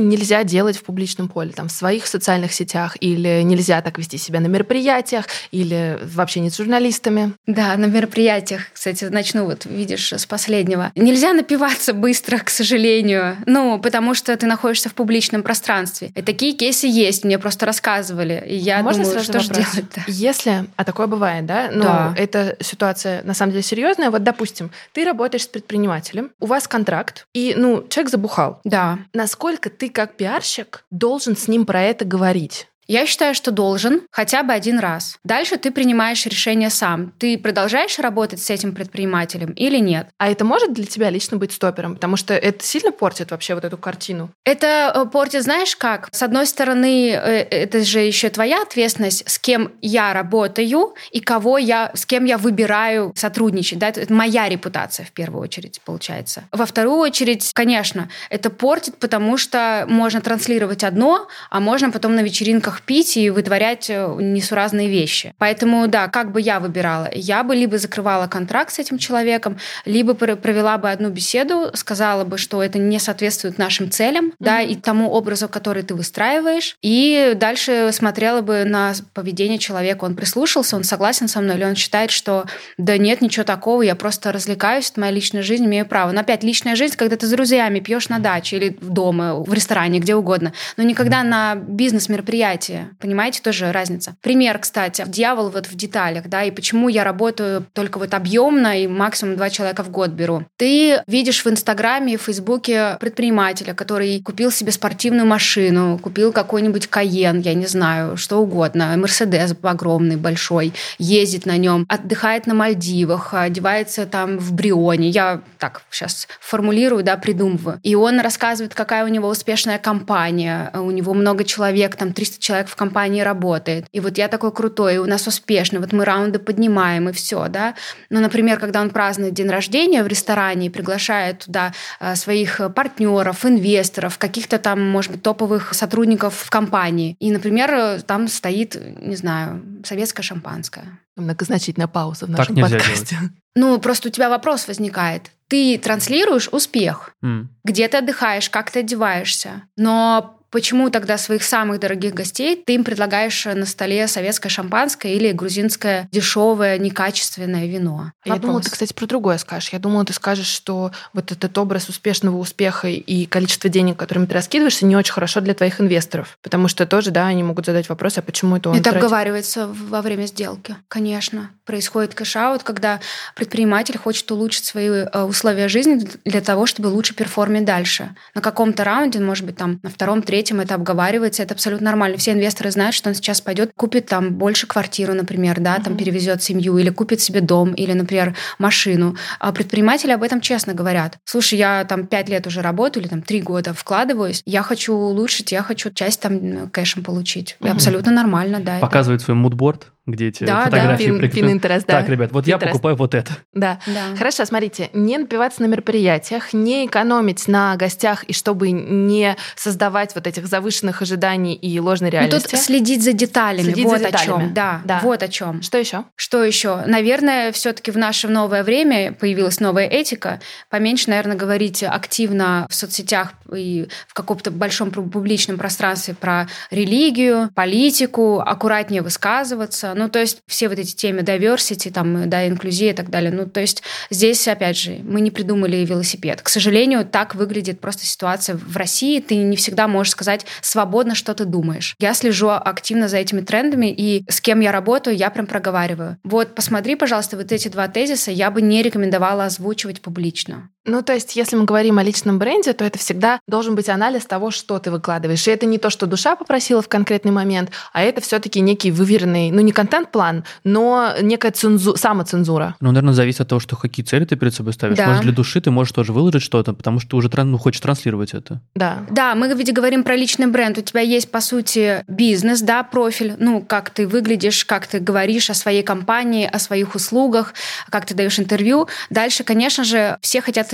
делать в публичном поле, там, в своих социальных сетях, или нельзя так вести себя на мероприятиях, или в общении с журналистами? Да, на мероприятиях, кстати, начну, вот видишь, с последнего. Нельзя напиваться быстро, к сожалению, ну, потому что ты находишься в публичном пространстве. И такие кейсы есть, мне просто рассказывали. И я Можно думаю, сразу что вопрос? же делать-то? Если, а такое бывает, да? Ну, Да. эта ситуация на самом деле серьезная. Вот, допустим, ты работаешь с предпринимателем, у вас контракт, и, ну, человек забухал. Да. Насколько ты, как пиарщик, должен с ним про это говорить? Я считаю, что должен хотя бы один раз. Дальше ты принимаешь решение сам. Ты продолжаешь работать с этим предпринимателем или нет? А это может для тебя лично быть стопером? Потому что это сильно портит вообще вот эту картину. Это портит, знаешь как? С одной стороны, это же еще твоя ответственность, с кем я работаю и кого я, с кем я выбираю сотрудничать. Да? Это моя репутация в первую очередь, получается. Во вторую очередь, конечно, это портит, потому что можно транслировать одно, а можно потом на вечеринках пить и вытворять несуразные вещи. Поэтому, да, как бы я выбирала? Я бы либо закрывала контракт с этим человеком, либо провела бы одну беседу, сказала бы, что это не соответствует нашим целям, mm-hmm. да, и тому образу, который ты выстраиваешь, и дальше смотрела бы на поведение человека. Он прислушался, он согласен со мной, или он считает, что да нет, ничего такого, я просто развлекаюсь, это моя личная жизнь, имею право. Но опять, личная жизнь, когда ты с друзьями пьешь на даче или дома, в ресторане, где угодно, но никогда на бизнес-мероприятии. Понимаете, тоже разница. Пример, кстати, дьявол вот в деталях, да, и почему я работаю только вот объемно и максимум два человека в год беру. Ты видишь в Инстаграме и в Фейсбуке предпринимателя, который купил себе спортивную машину, купил какой-нибудь Кайен, я не знаю, что угодно, Мерседес огромный, большой, ездит на нем, отдыхает на Мальдивах, одевается там в Брионе. Я так сейчас формулирую, да, придумываю. И он рассказывает, какая у него успешная компания, у него много человек, там триста человек в компании работает. И вот я такой крутой, и у нас успешно, вот мы раунды поднимаем, и все, да. Но, например, когда он празднует день рождения в ресторане и приглашает туда своих партнеров, инвесторов, каких-то там, может быть, топовых сотрудников в компании. И, например, там стоит, не знаю, советское шампанское. Многозначительная пауза в нашем так подкасте. Делать. Ну, просто у тебя вопрос возникает. Ты транслируешь успех, mm. где ты отдыхаешь, как ты одеваешься, но почему тогда своих самых дорогих гостей ты им предлагаешь на столе советское шампанское или грузинское дешевое, некачественное вино? Я Вопрос. думала, ты, кстати, про другое скажешь. Я думала, ты скажешь, что вот этот образ успешного успеха и количество денег, которыми ты раскидываешься, не очень хорошо для твоих инвесторов. Потому что тоже, да, они могут задать вопрос, а почему это он Это тратит? обговаривается во время сделки, конечно. Происходит кэш-аут, когда предприниматель хочет улучшить свои условия жизни для того, чтобы лучше перформить дальше. На каком-то раунде, может быть, там на втором, третьем это обговаривается, это абсолютно нормально. Все инвесторы знают, что он сейчас пойдет, купит там больше квартиру, например, да, там перевезет семью, или купит себе дом, или, например, машину. А предприниматели об этом честно говорят. Слушай, я там пять лет уже работаю, или там три года вкладываюсь, я хочу улучшить, я хочу часть там кэшем получить. И абсолютно нормально, да. Показывает свой мудборд, где эти да, фотографии да. прикреплены. Pinterest, да. Так, ребят, вот Pinterest. Я покупаю вот это. Да. да. Хорошо, смотрите, не напиваться на мероприятиях, не экономить на гостях, и чтобы не создавать вот этих завышенных ожиданий и ложной реальности. Ну, тут следить за деталями. Следить вот за о деталями. чем. Да, да, вот о чем. Что еще? Что еще? Наверное, все-таки в наше новое время появилась новая этика. Поменьше, наверное, говорить активно в соцсетях и в каком-то большом публичном пространстве про религию, политику, аккуратнее высказываться. Ну, то есть все вот эти темы diversity, там, да, инклюзия и так далее. Ну, то есть здесь, опять же, мы не придумали велосипед. К сожалению, так выглядит просто ситуация в России. Ты не всегда можешь сказать свободно, что ты думаешь. Я слежу активно за этими трендами, и с кем я работаю, я прям проговариваю. Вот, посмотри, пожалуйста, вот эти два тезиса я бы не рекомендовала озвучивать публично. Ну, то есть, если мы говорим о личном бренде, то это всегда должен быть анализ того, что ты выкладываешь. И это не то, что душа попросила в конкретный момент, а это все-таки некий выверенный, ну, не контент-план, но некая цензу... самоцензура. Ну, наверное, зависит от того, что какие цели ты перед собой ставишь. Да. Может, для души ты можешь тоже выложить что-то, потому что ты уже ну, хочешь транслировать это. Да. Да, мы ведь говорим про личный бренд. У тебя есть, по сути, бизнес, да, профиль, ну, как ты выглядишь, как ты говоришь о своей компании, о своих услугах, как ты даешь интервью. Дальше, конечно же, все хотят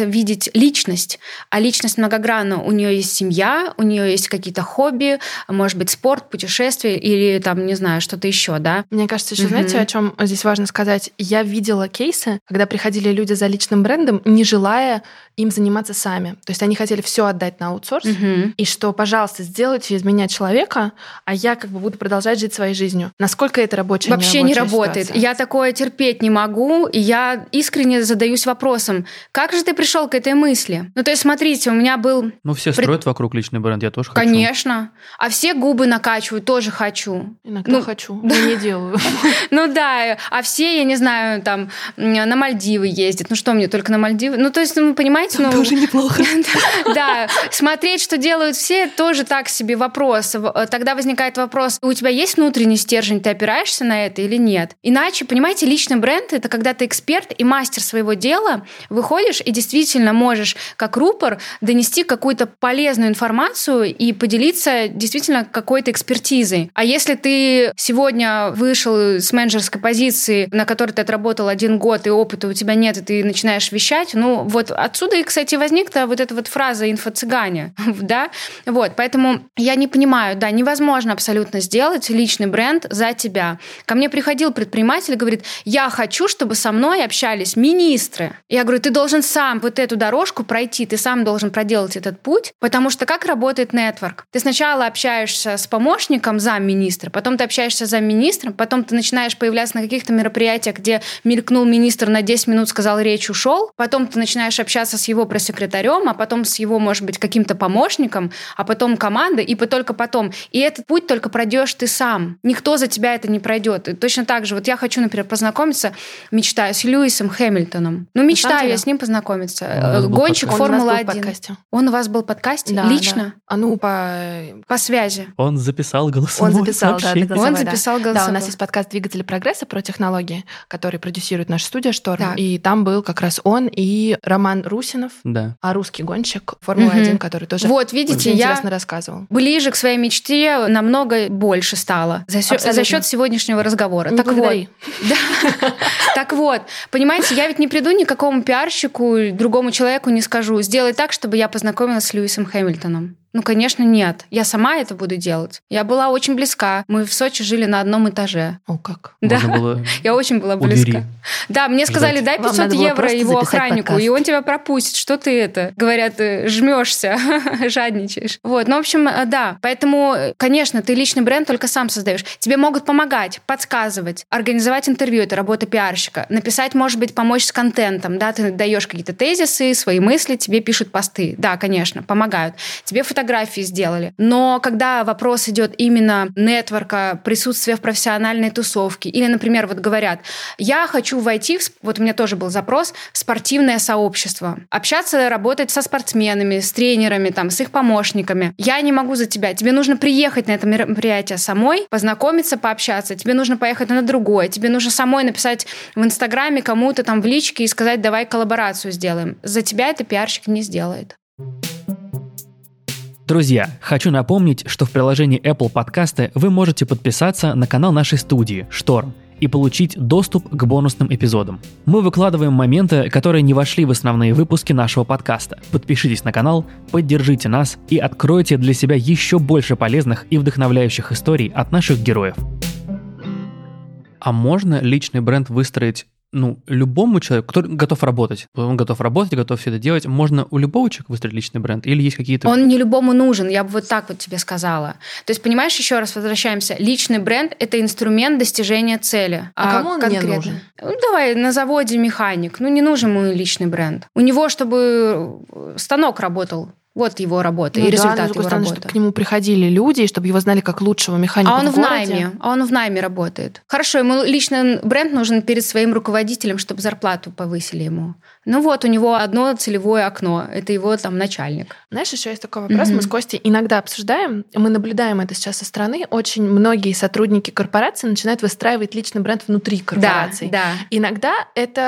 видеть личность, а личность многогранна. У нее есть семья, у нее есть какие-то хобби, может быть, спорт, путешествия или там, не знаю, что-то еще, да. Мне кажется, еще Мгм. знаете, о чем здесь важно сказать? Я видела кейсы, когда приходили люди за личным брендом, не желая им заниматься сами. То есть они хотели все отдать на аутсорс, Мгм. и что, пожалуйста, сделайте из меня человека, а я как бы буду продолжать жить своей жизнью. Насколько это рабочая, Вообще не нерабочая работает. ситуация? Я такое терпеть не могу, и я искренне задаюсь вопросом, как же ты пришел к этой мысли? Ну, то есть, смотрите, у меня был... Ну, все Пред- строят вокруг личный бренд, я тоже хочу. Конечно. А все губы накачивают, тоже хочу. Иногда Ну, хочу, но не делаю. Ну да, а все, я не знаю, там, м, на Мальдивы ездят. Ну что мне, только на Мальдивы? Ну, то есть, ну, вы понимаете, ну... Тоже неплохо. Да, смотреть, что делают все, тоже так себе вопрос. В- Тогда возникает вопрос, у тебя есть внутренний стержень, ты опираешься на это или нет? Иначе, понимаете, личный бренд — это когда ты эксперт и мастер своего дела, выходишь и действительно можешь, как рупор, донести какую-то полезную информацию и поделиться действительно какой-то экспертизой. А если ты сегодня вышел с менеджерской позиции, на которой ты отработал один год, и опыта у тебя нет, и ты начинаешь вещать, ну вот отсюда и, кстати, возникла вот эта вот фраза «инфо-цыгане», да? Вот, поэтому я не понимаю, да, невозможно абсолютно сделать личный бренд за тебя. Ко мне приходил предприниматель и говорит, я хочу, чтобы со мной общались министры. Я говорю, ты должен сам вот эту дорожку пройти, ты сам должен проделать этот путь, потому что как работает нетворк? Ты сначала общаешься с помощником замминистра, потом ты общаешься с замминистром, потом ты начинаешь появляться на каких-то мероприятиях, где мелькнул министр на десять минут, сказал речь, ушел, потом ты начинаешь общаться с его пресс-секретарем, а потом с его, может быть, каким-то помощником, а потом командой, и только потом. И этот путь только пройдешь ты сам. Никто за тебя это не пройдет. И точно так же, вот я хочу, например, познакомиться, мечтаю, с Льюисом Хэмилтоном. Ну, мечтаю я с ним познакомиться. У нас был Гонщик подкаст. Он у нас был в Формулы-один. подкасте. Он у вас был в подкасте? Да, Лично? да. А ну, по... По связи? Он записал голосовое Он записал, да, сообщение. для голосовой, Он записал да. голосовое. Да, у нас есть подкаст «Двигатели прогресса» про технологии, который продюсирует наша студия «Шторм». Так. И там был как раз он и Роман Русинов, Да. а русский гонщик Формулы-один, Мгм. который тоже Вот, видите, очень я интересно рассказывал. ближе к своей мечте намного больше стала за, сё- Абсолютно. за счет сегодняшнего разговора. Не так вот, благодари. да. Так вот, понимаете, я ведь не приду никакому пиарщику, другому человеку не скажу, сделай так, чтобы я познакомилась с Льюисом Хэмилтоном. Ну, конечно, нет. Я сама это буду делать. Я была очень близка. Мы в Сочи жили на одном этаже. О, как. Да. Можно было Я очень была у близка. двери. Да, мне сказали, Ждать. дай Вам пятьсот надо было евро просто его записать охраннику, подкаст. и он тебя пропустит. Что ты это? Говорят, ты жмешься, жадничаешь. Вот, ну, в общем, э, да. Поэтому, э, конечно, ты личный бренд только сам создаешь. Тебе могут помогать, подсказывать, организовать интервью, это работа пиарщика. Написать, может быть, помочь с контентом, да, ты даешь какие-то тезисы, свои мысли, тебе пишут посты. Да, конечно, помогают. Тебе фотографии сделали. Но когда вопрос идет именно нетворка, присутствия в профессиональной тусовке, или, например, вот говорят, я хочу войти, в, сп- вот у меня тоже был запрос, в спортивное сообщество, общаться, работать со спортсменами, с тренерами, там, с их помощниками. Я не могу за тебя. Тебе нужно приехать на это мероприятие самой, познакомиться, пообщаться. Тебе нужно поехать на другое. Тебе нужно самой написать в Инстаграме кому-то там в личке и сказать, давай коллаборацию сделаем. За тебя это пиарщик не сделает. Друзья, хочу напомнить, что в приложении Apple Подкасты вы можете подписаться на канал нашей студии «Шторм» и получить доступ к бонусным эпизодам. Мы выкладываем моменты, которые не вошли в основные выпуски нашего подкаста. Подпишитесь на канал, поддержите нас и откройте для себя еще больше полезных и вдохновляющих историй от наших героев. А можно личный бренд выстроить, ну, любому человеку, который готов работать? Он готов работать, готов все это делать. Можно у любого человека выстроить личный бренд? Или есть какие-то... Он не любому нужен, я бы вот так вот тебе сказала. То есть, понимаешь, еще раз возвращаемся. Личный бренд — это инструмент достижения цели. А кому он не нужен? Ну, давай, на заводе механик. Ну, не нужен ему личный бренд. У него, чтобы станок работал. Вот его работа Ну и да, результат но, с его другой стороны, работы. чтобы к нему приходили люди, и чтобы его знали как лучшего механика А он в в городе. найме, а он в найме работает. Хорошо, ему личный бренд нужен перед своим руководителем, чтобы зарплату повысили ему. Ну вот, у него одно целевое окно, это его там начальник. Знаешь, еще есть такой вопрос, Мгм. мы с Костей иногда обсуждаем, мы наблюдаем это сейчас со стороны, очень многие сотрудники корпорации начинают выстраивать личный бренд внутри корпорации. Да, да. Иногда это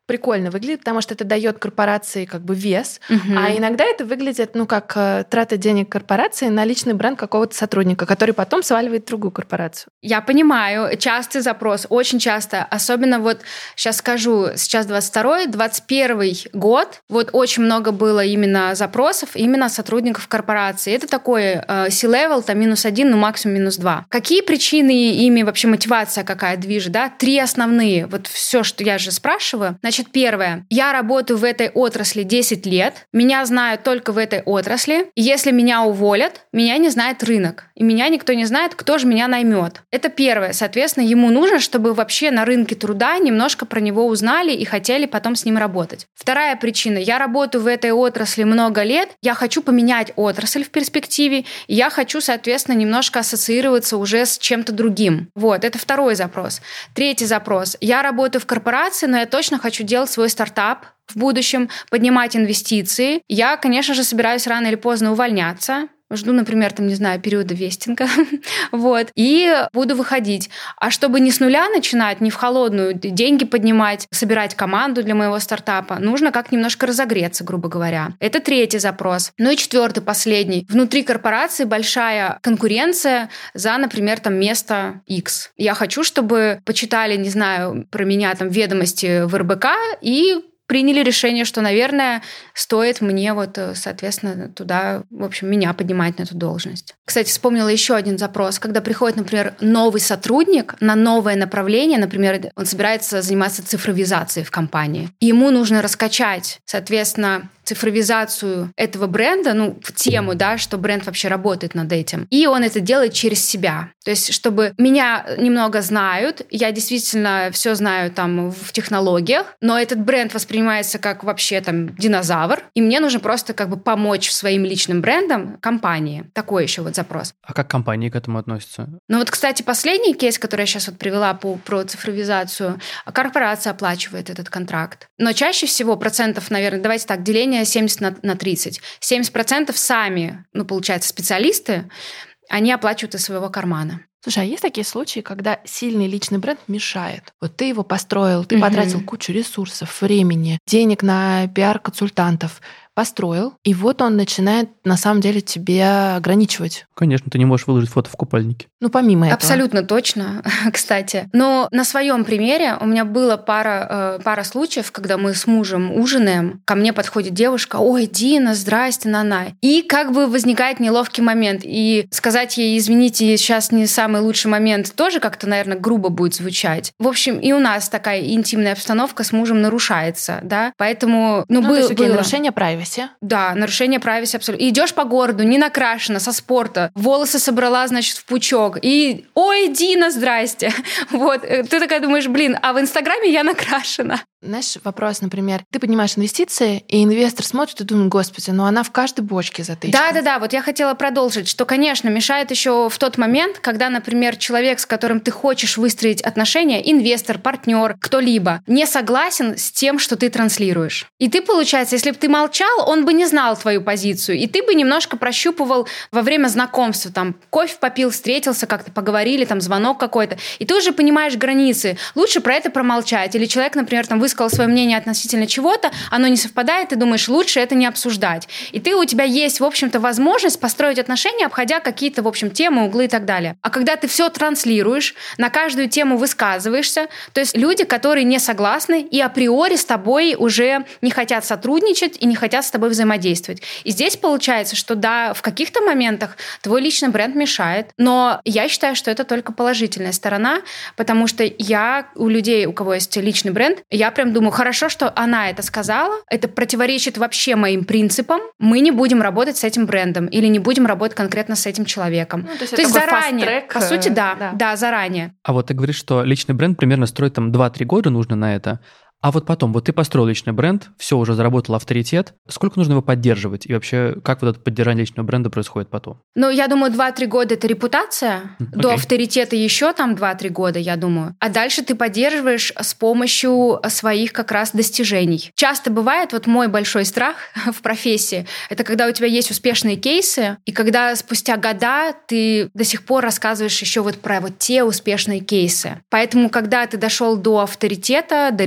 прикольно выглядит, потому что это дает корпорации как бы вес, Угу. а иногда это выглядит, ну, как э, трата денег корпорации на личный бренд какого-то сотрудника, который потом сваливает в другую корпорацию. Я понимаю, частый запрос, очень часто, особенно вот сейчас скажу, сейчас двадцать второй, двадцать первый год, вот очень много было именно запросов именно сотрудников корпорации. Это такой э, C-level, там минус один, ну максимум минус два. Какие причины ими вообще мотивация какая движет, да? Три основные, вот все, что я же спрашиваю. Значит, первое, я работаю в этой отрасли десять лет, меня знают только в этой отрасли, и если меня уволят, меня не знает рынок, и меня никто не знает, кто же меня наймет. Это первое. Соответственно, ему нужно, чтобы вообще на рынке труда немножко про него узнали и хотели потом с ним работать. Вторая причина. Я работаю в этой отрасли много лет, я хочу поменять отрасль в перспективе, и я хочу, соответственно, немножко ассоциироваться уже с чем-то другим. Вот, это второй запрос. Третий запрос. Я работаю в корпорации, но я точно хочу делать свой стартап в будущем, поднимать инвестиции. Я, конечно же, собираюсь рано или поздно увольняться. Жду, например, там, не знаю, периода вестинга, вот, и буду выходить. А чтобы не с нуля начинать, не в холодную, деньги поднимать, собирать команду для моего стартапа, нужно как немножко разогреться, грубо говоря. Это третий запрос. Ну и четвертый, последний. Внутри корпорации большая конкуренция за, например, там место X. Я хочу, чтобы почитали, не знаю, про меня там ведомости в эр бэ ка и приняли решение, что, наверное, стоит мне вот, соответственно, туда, в общем, меня поднимать на эту должность. Кстати, вспомнила еще один запрос. Когда приходит, например, новый сотрудник на новое направление, например, он собирается заниматься цифровизацией в компании, и ему нужно раскачать, соответственно, цифровизацию этого бренда, ну, в тему, да, что бренд вообще работает над этим. И он это делает через себя. То есть, чтобы меня немного знают, я действительно все знаю там в технологиях, но этот бренд воспринимается как вообще там динозавр, и мне нужно просто как бы помочь своим личным брендом компании. Такой еще вот запрос. А как компании к этому относятся? Ну вот, кстати, последний кейс, который я сейчас вот привела по, про цифровизацию, корпорация оплачивает этот контракт. Но чаще всего процентов, наверное, давайте так, деление семьдесят на тридцать. семьдесят процентов сами, ну, получается, специалисты, они оплачивают из своего кармана. Слушай, а есть такие случаи, когда сильный личный бренд мешает? Вот ты его построил, ты угу. потратил кучу ресурсов, времени, денег на пиар-консультантов, построил, и вот он начинает на самом деле тебя ограничивать. Конечно, ты не можешь выложить фото в купальнике. Ну, помимо этого. Абсолютно точно, кстати. Но на своем примере у меня было пара, пара случаев, когда мы с мужем ужинаем, ко мне подходит девушка: «Ой, Дина, здрасте, Нана». И как бы возникает неловкий момент. И сказать ей: «Извините, сейчас не самый лучший момент», тоже как-то, наверное, грубо будет звучать. В общем, и у нас такая интимная обстановка с мужем нарушается, да, поэтому... Ну, ну было, то есть, окей, было... нарушение privacy. Да, нарушение privacy абсолютно. И идешь по городу, не накрашена, со спорта, волосы собрала, значит, в пучок, и «Ой, Дина, здрасте». Вот, ты такая думаешь: блин, а в Инстаграме я накрашена. Знаешь, вопрос, например, ты поднимаешь инвестиции, и инвестор смотрит и думает: господи, ну она в каждой бочке затычка. Да-да-да, вот я хотела продолжить, что, конечно, мешает еще в тот момент, когда, например, человек, с которым ты хочешь выстроить отношения, инвестор, партнер, кто-либо, не согласен с тем, что ты транслируешь. И ты, получается, если бы ты молчал, он бы не знал твою позицию, и ты бы немножко прощупывал во время знакомства, там, кофе попил, встретился, как-то поговорили, там, звонок какой-то, и ты уже понимаешь границы. Лучше про это промолчать. Или человек, например, там, высказал свое мнение относительно чего-то, оно не совпадает, ты думаешь, лучше это не обсуждать. И ты, у тебя есть, в общем-то, возможность построить отношения, обходя какие-то, в общем, темы, углы и так далее. А когда ты все транслируешь, на каждую тему высказываешься, то есть люди, которые не согласны и априори с тобой уже не хотят сотрудничать и не хотят с тобой взаимодействовать. И здесь получается, что да, в каких-то моментах твой личный бренд мешает, но я считаю, что это только положительная сторона, потому что я у людей, у кого есть личный бренд, я прям думаю, хорошо, что она это сказала, это противоречит вообще моим принципам, мы не будем работать с этим брендом или не будем работать конкретно с этим человеком. Ну, то есть, то есть заранее, по сути, да, да, да, заранее. А вот ты говоришь, что личный бренд примерно строить там два-три года нужно на это. А вот потом, вот ты построил личный бренд, все, уже заработал авторитет. Сколько нужно его поддерживать? И вообще, как вот это поддержание личного бренда происходит потом? Ну, я думаю, два-три года – это репутация. Okay. До авторитета еще там два-три года, я думаю. А дальше ты поддерживаешь с помощью своих как раз достижений. Часто бывает, вот мой большой страх в профессии, это когда у тебя есть успешные кейсы, и когда спустя года ты до сих пор рассказываешь еще вот про вот те успешные кейсы. Поэтому, когда ты дошел до авторитета, до репутации,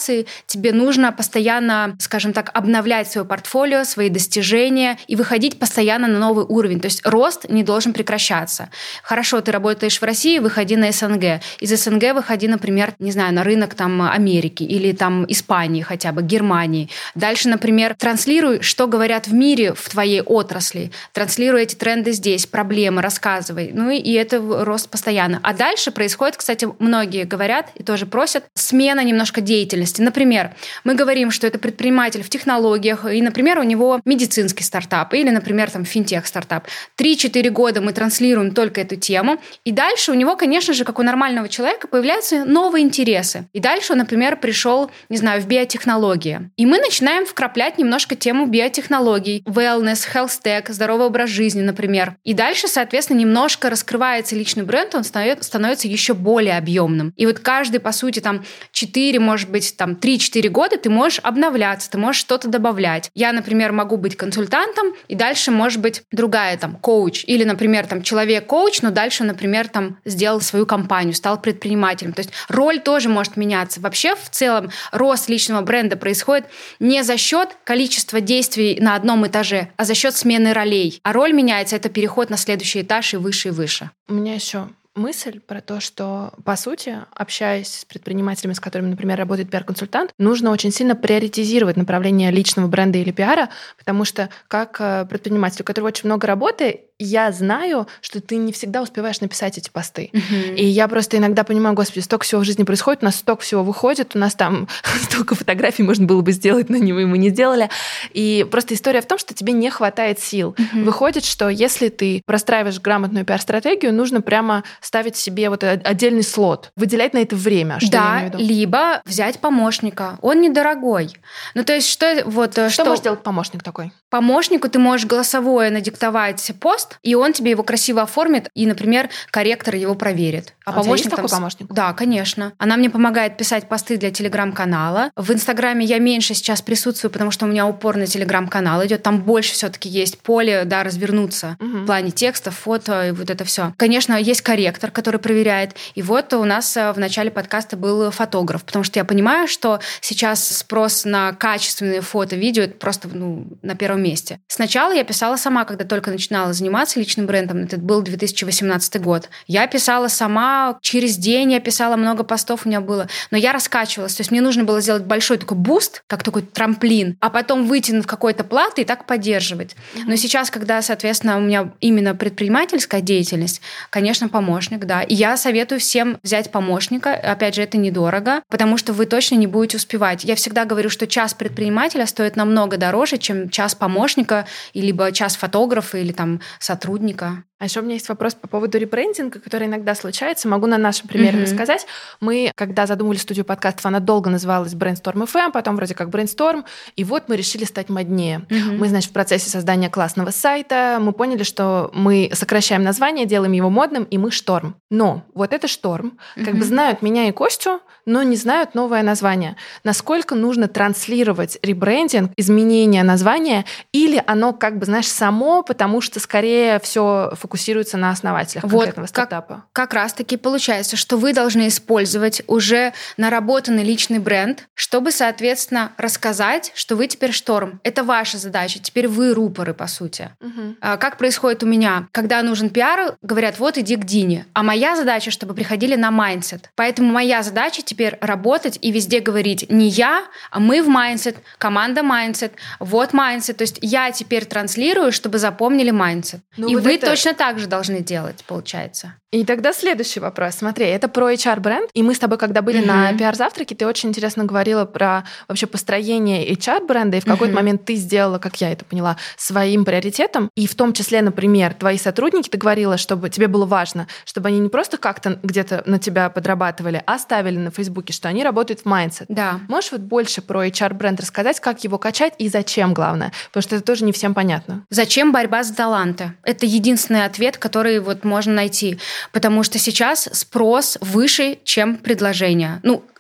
ситуации тебе нужно постоянно, скажем так, обновлять свое портфолио, свои достижения и выходить постоянно на новый уровень. То есть рост не должен прекращаться. Хорошо, ты работаешь в России, выходи на СНГ. Из СНГ выходи, например, не знаю, на рынок там Америки или там Испании хотя бы, Германии. Дальше, например, транслируй, что говорят в мире в твоей отрасли. Транслируй эти тренды здесь, проблемы, рассказывай. Ну и это рост постоянно. А дальше происходит, кстати, многие говорят и тоже просят, смена немножко деятельности. Например, мы говорим, что это предприниматель в технологиях, и, например, у него медицинский стартап или, например, там финтех-стартап. три-четыре года мы транслируем только эту тему, и дальше у него, конечно же, как у нормального человека, появляются новые интересы. И дальше он, например, пришел, не знаю, в биотехнологии. И мы начинаем вкраплять немножко тему биотехнологий, wellness, health tech, здоровый образ жизни, например. И дальше, соответственно, немножко раскрывается личный бренд, он становится еще более объемным. И вот каждый, по сути, там четыре, может быть, там три-четыре года ты можешь обновляться, ты можешь что-то добавлять. Я, например, могу быть консультантом, и дальше может быть другая там коуч. Или, например, там человек-коуч, но дальше, например, там сделал свою компанию, стал предпринимателем. То есть роль тоже может меняться. Вообще, в целом, рост личного бренда происходит не за счет количества действий на одном этаже, а за счет смены ролей. А роль меняется — это переход на следующий этаж и выше и выше. У меня еще мысль про то, что, по сути, общаясь с предпринимателями, с которыми, например, работает пиар-консультант, нужно очень сильно приоритизировать направление личного бренда или пиара, потому что как предприниматель, у которого очень много работы, я знаю, что ты не всегда успеваешь написать эти посты. Uh-huh. И я просто иногда понимаю, господи, столько всего в жизни происходит, у нас столько всего выходит, у нас там столько фотографий можно было бы сделать, но не, мы не сделали. И просто история в том, что тебе не хватает сил. Uh-huh. Выходит, что если ты простраиваешь грамотную пиар-стратегию, нужно прямо ставить себе вот отдельный слот, выделять на это время. Что да, я имею в виду? Либо взять помощника. Он недорогой. Ну, то есть что... Вот, что, что может делать помощник такой? Помощнику ты можешь голосовое надиктовать пост, и он тебе его красиво оформит, и, например, корректор его проверит. А, а помощник у тебя есть такой там... помощник? Да, конечно. Она мне помогает писать посты для телеграм-канала. В Инстаграме я меньше сейчас присутствую, потому что у меня упор на телеграм-канал идет. Там больше все-таки есть поле, да, развернуться угу. в плане текста, фото и вот это все. Конечно, есть корректор, который проверяет. И вот у нас в начале подкаста был фотограф, потому что я понимаю, что сейчас спрос на качественные фото, видео — это просто ну, на первом месте. Сначала я писала сама, когда только начинала заниматься личным брендом. Это был две тысячи восемнадцатый год. Я писала сама, через день я писала, много постов у меня было. Но я раскачивалась. То есть мне нужно было сделать большой такой буст, как такой трамплин, а потом выйти в какой-то плат и так поддерживать. Mm-hmm. Но сейчас, когда, соответственно, у меня именно предпринимательская деятельность, конечно, помощник, да. И я советую всем взять помощника. Опять же, это недорого, потому что вы точно не будете успевать. Я всегда говорю, что час предпринимателя стоит намного дороже, чем час помощника, либо час фотографа или там сотрудника. А еще у меня есть вопрос по поводу ребрендинга, который иногда случается. Могу на нашем примере mm-hmm. рассказать. Мы, когда задумали студию подкастов, она долго называлась Brainstorm эф эм, потом вроде как Brainstorm, и вот мы решили стать моднее. Mm-hmm. Мы, значит, в процессе создания классного сайта, мы поняли, что мы сокращаем название, делаем его модным, и мы Шторм. Но вот это Шторм, mm-hmm. как бы знают меня и Костю, но не знают новое название. Насколько нужно транслировать ребрендинг, изменение названия, или оно как бы, знаешь, само, потому что скорее все фокусируется на основателях вот конкретного стартапа. Как, как раз-таки получается, что вы должны использовать уже наработанный личный бренд, чтобы, соответственно, рассказать, что вы теперь Шторм. Это ваша задача. Теперь вы рупоры, по сути. Угу. А, как происходит у меня? Когда нужен пиар, говорят, вот иди к Дине. А моя задача, чтобы приходили на Mindset. Поэтому моя задача теперь работать и везде говорить не я, а мы в Mindset, команда Mindset, вот Mindset. То есть я теперь транслирую, чтобы запомнили Mindset. Ну, и вот вы это... точно так же должны делать, получается. И тогда следующий вопрос. Смотри, это про эйч ар-бренд. И мы с тобой, когда были mm-hmm. на пиар-завтраке, ты очень интересно говорила про вообще построение эйч ар-бренда, и в какой-то mm-hmm. момент ты сделала, как я это поняла, своим приоритетом. И в том числе, например, твои сотрудники, ты говорила, чтобы тебе было важно, чтобы они не просто как-то где-то на тебя подрабатывали, а ставили на Фейсбуке, что они работают в Mindset. Да. Можешь вот больше про эйч ар-бренд рассказать, как его качать и зачем, главное? Потому что это тоже не всем понятно. Зачем борьба за таланты? Это единственный ответ, который вот можно найти. Потому что сейчас спрос выше, чем предложение. Ну,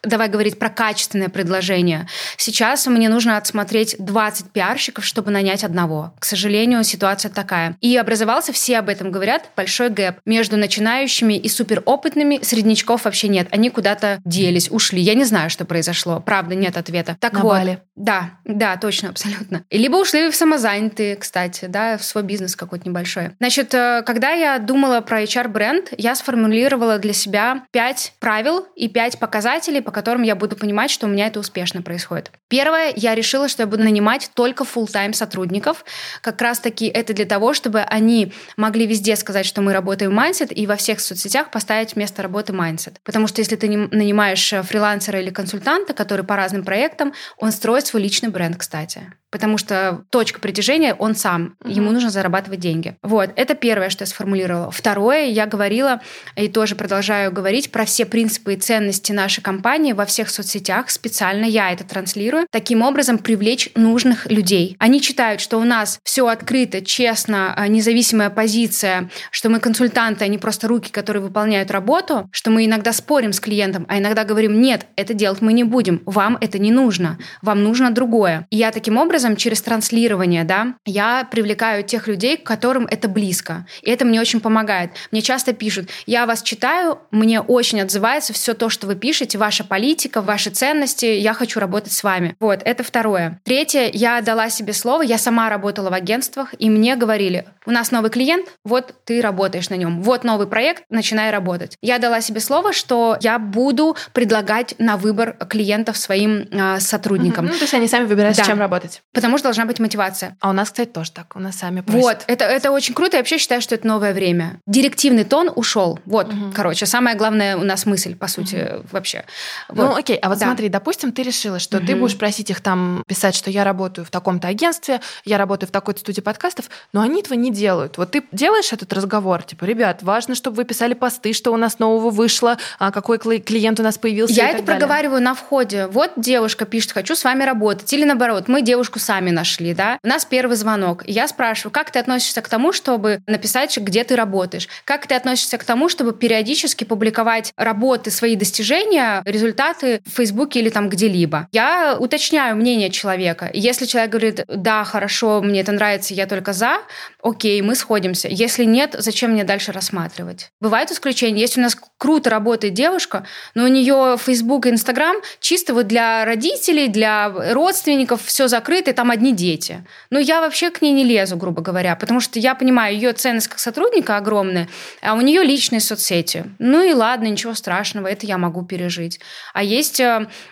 давай говорить про качественное предложение. Сейчас мне нужно отсмотреть двадцать пиарщиков, чтобы нанять одного. К сожалению, ситуация такая. И образовался, все об этом говорят, большой гэп между начинающими и суперопытными. Среднячков вообще нет. Они куда-то делись, ушли. Я не знаю, что произошло. Правда, нет ответа. Так На вот. Бали. Да, да, точно, абсолютно. Либо ушли в самозанятые, кстати, да, в свой бизнес какой-то небольшой. Значит, когда я думала про эйч ар-бренд, я сформулировала для себя пять правил и пять показателей, по которым я буду понимать, что у меня это успешно происходит. Первое, я решила, что я буду нанимать только фулл-тайм сотрудников. Как раз-таки это для того, чтобы они могли везде сказать, что мы работаем Mindset, и во всех соцсетях поставить вместо работы Mindset. Потому что если ты нанимаешь фрилансера или консультанта, который по разным проектам, он строит свой личный бренд, кстати. Потому что точка притяжения он сам, uh-huh. ему нужно зарабатывать деньги. Вот, это первое, что я сформулировала. Второе, я говорила и тоже продолжаю говорить про все принципы и ценности нашей компании во всех соцсетях. Специально я это транслирую. Таким образом, привлечь нужных людей. Они читают, что у нас все открыто, честно, независимая позиция, что мы консультанты, а не просто руки, которые выполняют работу, что мы иногда спорим с клиентом, а иногда говорим, нет, это делать мы не будем, вам это не нужно, вам нужно другое. И я таким образом через транслирование, да, я привлекаю тех людей, к которым это близко. И это мне очень помогает. Мне часто пишут, я вас читаю, мне очень отзывается все то, что вы пишете, ваша политика, ваши ценности, я хочу работать с вами. Вот, это второе. Третье, я дала себе слово, я сама работала в агентствах, и мне говорили, у нас новый клиент, вот ты работаешь на нем, вот новый проект, начинай работать. Я дала себе слово, что я буду предлагать на выбор клиентов своим э, сотрудникам. Угу. Ну, то есть они сами выбирают, да. с чем работать. Потому что должна быть мотивация. А у нас, кстати, тоже так. У нас сами просят. Вот, это, это очень круто. Я вообще считаю, что это новое время. Директивный тон ушел. Вот, угу. короче, самая главная у нас мысль, по сути, угу. вообще. Вот. Ну, окей, а вот да. смотри, допустим, ты решила, что угу. ты будешь просить их там писать, что я работаю в таком-то агентстве, я работаю в такой-то студии подкастов, но они этого не делают. Вот ты делаешь этот разговор, типа, ребят, важно, чтобы вы писали посты, что у нас нового вышло, какой клиент у нас появился. Я и это так далее. проговариваю на входе. Вот девушка пишет, хочу с вами работать. Или наоборот, мы девушку сами нашли, да. У нас первый звонок. Я спрашиваю, как ты относишься к тому, чтобы написать, где ты работаешь? Как ты относишься к тому, чтобы периодически публиковать работы, свои достижения, результаты в Фейсбуке или там где-либо? Я уточняю мнение человека. Если человек говорит, да, хорошо, мне это нравится, я только за, окей, мы сходимся. Если нет, зачем мне дальше рассматривать? Бывают исключения. Если у нас круто работает девушка, но у нее Facebook и Instagram чисто вот для родителей, для родственников, все закрыто, и там одни дети. Но я вообще к ней не лезу, грубо говоря, потому что я понимаю, ее ценность как сотрудника огромная, а у нее личные соцсети. Ну и ладно, ничего страшного, это я могу пережить. А есть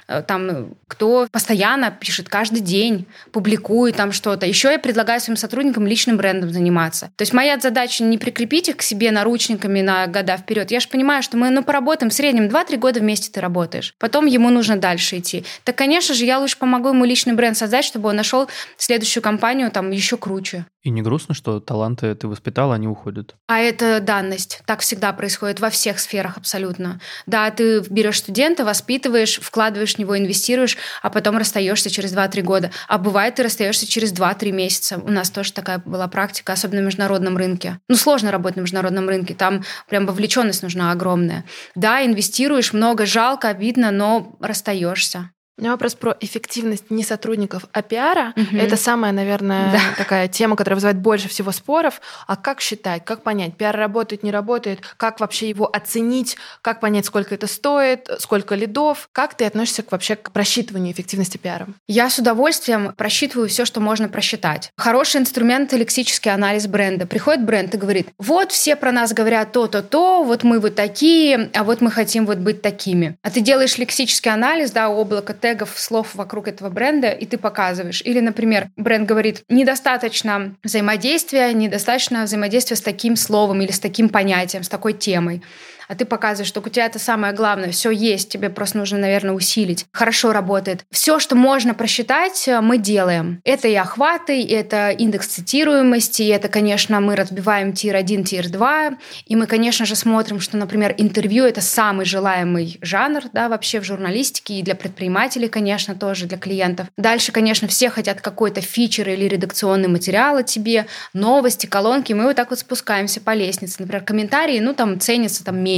там, кто постоянно пишет каждый день, публикует там что-то. Еще я предлагаю своим сотрудникам личным брендом заниматься. То есть моя задача не прикрепить их к себе наручниками на года вперед. Я же понимаю, что мы ну, поработаем в среднем два-три года вместе ты работаешь. Потом ему нужно дальше идти. Так, конечно же, я лучше помогу ему личный бренд создать, чтобы он нашел следующую компанию там еще круче. И не грустно, что таланты ты воспитала, они уходят? А это данность. Так всегда происходит во всех сферах абсолютно. Да, ты берешь студента, воспитываешь, вкладываешь в него, инвестируешь, а потом расстаешься через два-три года. А бывает, ты расстаешься через два-три месяца. У нас тоже такая была практика, особенно на международном рынке. Ну, сложно работать на международном рынке, там прям вовлеченность нужна огромная. Да, инвестируешь много, жалко, обидно, но расстаешься. У меня вопрос про эффективность не сотрудников, а пиара. Угу. Это самая, наверное, да. такая тема, которая вызывает больше всего споров. А как считать, как понять, пиар работает, не работает, как вообще его оценить, как понять, сколько это стоит, сколько лидов? Как ты относишься к, вообще к просчитыванию эффективности пиара? Я с удовольствием просчитываю все, что можно просчитать. Хороший инструмент — лексический анализ бренда. Приходит бренд и говорит, вот все про нас говорят то-то-то, вот мы вот такие, а вот мы хотим вот быть такими. А ты делаешь лексический анализ, да, облако тегов, слов вокруг этого бренда, и ты показываешь. Или, например, бренд говорит, недостаточно взаимодействия, недостаточно взаимодействия с таким словом или с таким понятием, с такой темой. А ты показываешь, что у тебя это самое главное, все есть, тебе просто нужно, наверное, усилить. Хорошо работает. Все, что можно просчитать, мы делаем. Это и охваты, это индекс цитируемости, это, конечно, мы разбиваем тир один, тир два, и мы, конечно же, смотрим, что, например, интервью — это самый желаемый жанр, да, вообще в журналистике, и для предпринимателей, конечно, тоже, для клиентов. Дальше, конечно, все хотят какой-то фичер или редакционный материал о тебе, новости, колонки, мы вот так вот спускаемся по лестнице. Например, комментарии, ну, там, ценятся там меньше,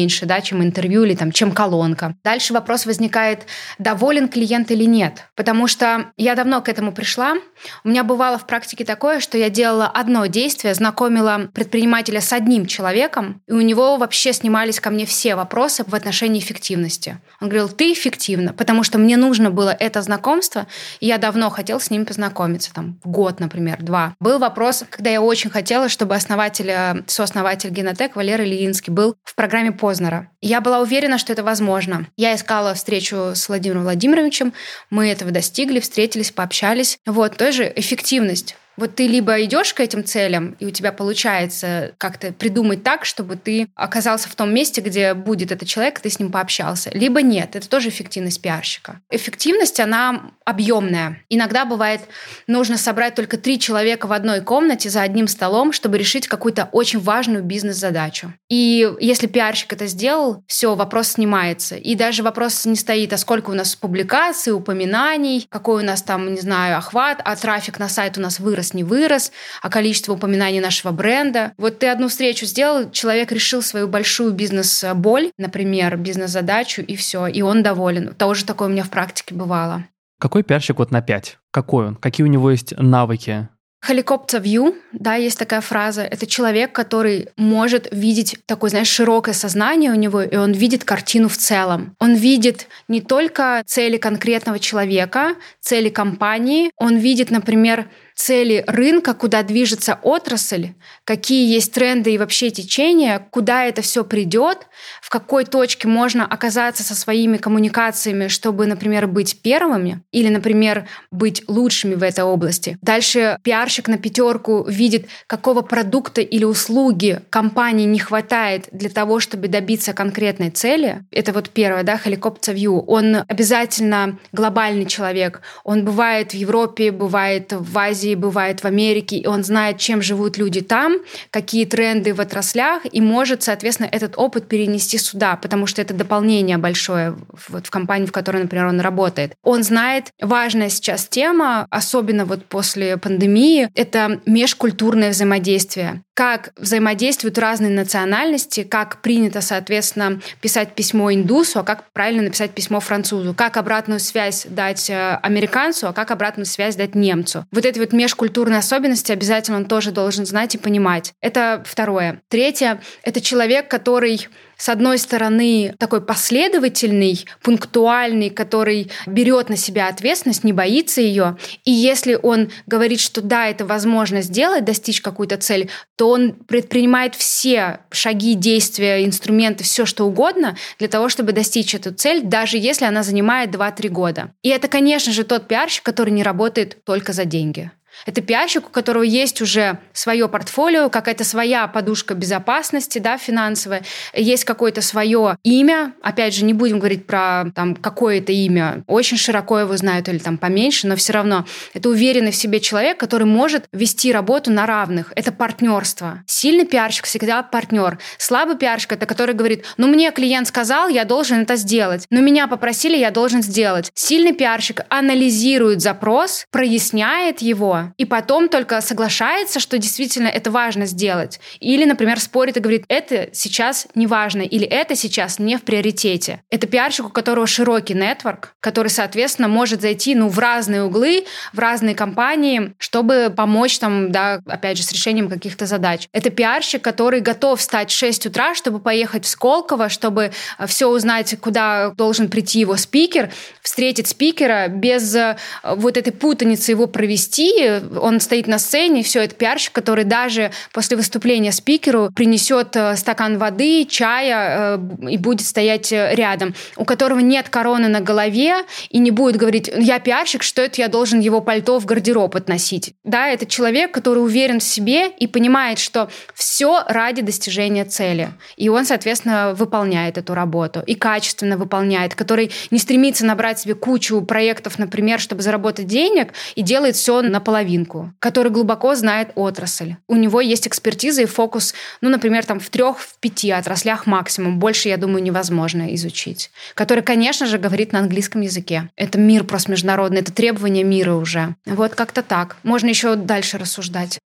меньше, да, чем интервью или там, чем колонка. Дальше вопрос возникает, доволен клиент или нет. Потому что я давно к этому пришла. У меня бывало в практике такое, что я делала одно действие, знакомила предпринимателя с одним человеком, и у него вообще снимались ко мне все вопросы в отношении эффективности. Он говорил, ты эффективна, потому что мне нужно было это знакомство, и я давно хотела с ним познакомиться, там, год, например, два. Был вопрос, когда я очень хотела, чтобы основатель, сооснователь Генотек Валерий Ильинский был в программе Познера. Я была уверена, что это возможно. Я искала встречу с Владимиром Владимировичем, мы этого достигли, встретились, пообщались. Вот, тоже эффективность. Вот ты либо идешь к этим целям, и у тебя получается как-то придумать так, чтобы ты оказался в том месте, где будет этот человек, ты с ним пообщался. Либо нет. Это тоже эффективность пиарщика. Эффективность, она объемная. Иногда бывает, нужно собрать только три человека в одной комнате за одним столом, чтобы решить какую-то очень важную бизнес-задачу. И если пиарщик это сделал, все, вопрос снимается. И даже вопрос не стоит, а сколько у нас публикаций, упоминаний, какой у нас там, не знаю, охват, а трафик на сайт у нас вырос, не вырос, а количество упоминаний нашего бренда. Вот ты одну встречу сделал, человек решил свою большую бизнес-боль, например, бизнес-задачу, и все, и он доволен. Тоже такое у меня в практике бывало. Какой пиарщик вот на пять? Какой он? Какие у него есть навыки? Helicopter view, да, есть такая фраза. Это человек, который может видеть такое, знаешь, широкое сознание у него, и он видит картину в целом. Он видит не только цели конкретного человека, цели компании, он видит, например, цели рынка, куда движется отрасль, какие есть тренды и вообще течения, куда это все придет, в какой точке можно оказаться со своими коммуникациями, чтобы, например, быть первыми или, например, быть лучшими в этой области. Дальше пиарщик на пятерку видит, какого продукта или услуги компании не хватает для того, чтобы добиться конкретной цели. Это вот первое, да, helicopter view. Он обязательно глобальный человек. Он бывает в Европе, бывает в Азии, бывает в Америке, и он знает, чем живут люди там, какие тренды в отраслях, и может, соответственно, этот опыт перенести сюда, потому что это дополнение большое вот в компании, в которой, например, он работает. Он знает, важная сейчас тема, особенно вот после пандемии, это межкультурное взаимодействие. Как взаимодействуют разные национальности, как принято, соответственно, писать письмо индусу, а как правильно написать письмо французу, как обратную связь дать американцу, а как обратную связь дать немцу. Вот эти вот межкультурные особенности обязательно он тоже должен знать и понимать. Это второе. Третье — это человек, который, с одной стороны, такой последовательный, пунктуальный, который берет на себя ответственность, не боится ее. И если он говорит, что да, это возможно сделать, достичь какую-то цель, то он предпринимает все шаги, действия, инструменты, все что угодно для того, чтобы достичь эту цель, даже если она занимает два-три года. И это, конечно же, тот пиарщик, который не работает только за деньги. Это пиарщик, у которого есть уже свое портфолио, какая-то своя подушка безопасности, да, финансовая, есть какое-то свое имя. Опять же, не будем говорить про там, какое-то имя. Очень широко его знают или там поменьше, но все равно это уверенный в себе человек, который может вести работу на равных. Это партнерство. Сильный пиарщик всегда партнер. Слабый пиарщик — это который говорит, ну мне клиент сказал, я должен это сделать. Но меня попросили, я должен сделать. Сильный пиарщик анализирует запрос, проясняет его, и потом только соглашается, что действительно это важно сделать. Или, например, спорит и говорит, это сейчас не важно, или это сейчас не в приоритете. Это пиарщик, у которого широкий нетворк, который, соответственно, может зайти ну, в разные углы, в разные компании, чтобы помочь там, да, опять же, с решением каких-то задач. Это пиарщик, который готов встать в шесть утра, чтобы поехать в Сколково, чтобы все узнать, куда должен прийти его спикер, встретить спикера, без вот этой путаницы его провести. Он стоит на сцене, все, это пиарщик, который даже после выступления спикеру принесет стакан воды, чая и будет стоять рядом, у которого нет короны на голове и не будет говорить, я пиарщик, что это я должен его пальто в гардероб относить. Да, это человек, который уверен в себе и понимает, что все ради достижения цели. И он, соответственно, выполняет эту работу и качественно выполняет, который не стремится набрать себе кучу проектов, например, чтобы заработать денег, и делает все наполовину, который глубоко знает отрасль. У него есть экспертиза и фокус, ну, например, там в трех, в пяти отраслях максимум. Больше, я думаю, невозможно изучить. Который, конечно же, говорит на английском языке. Это мир просто международный, это требование мира уже. Вот как-то так. Можно еще дальше рассуждать.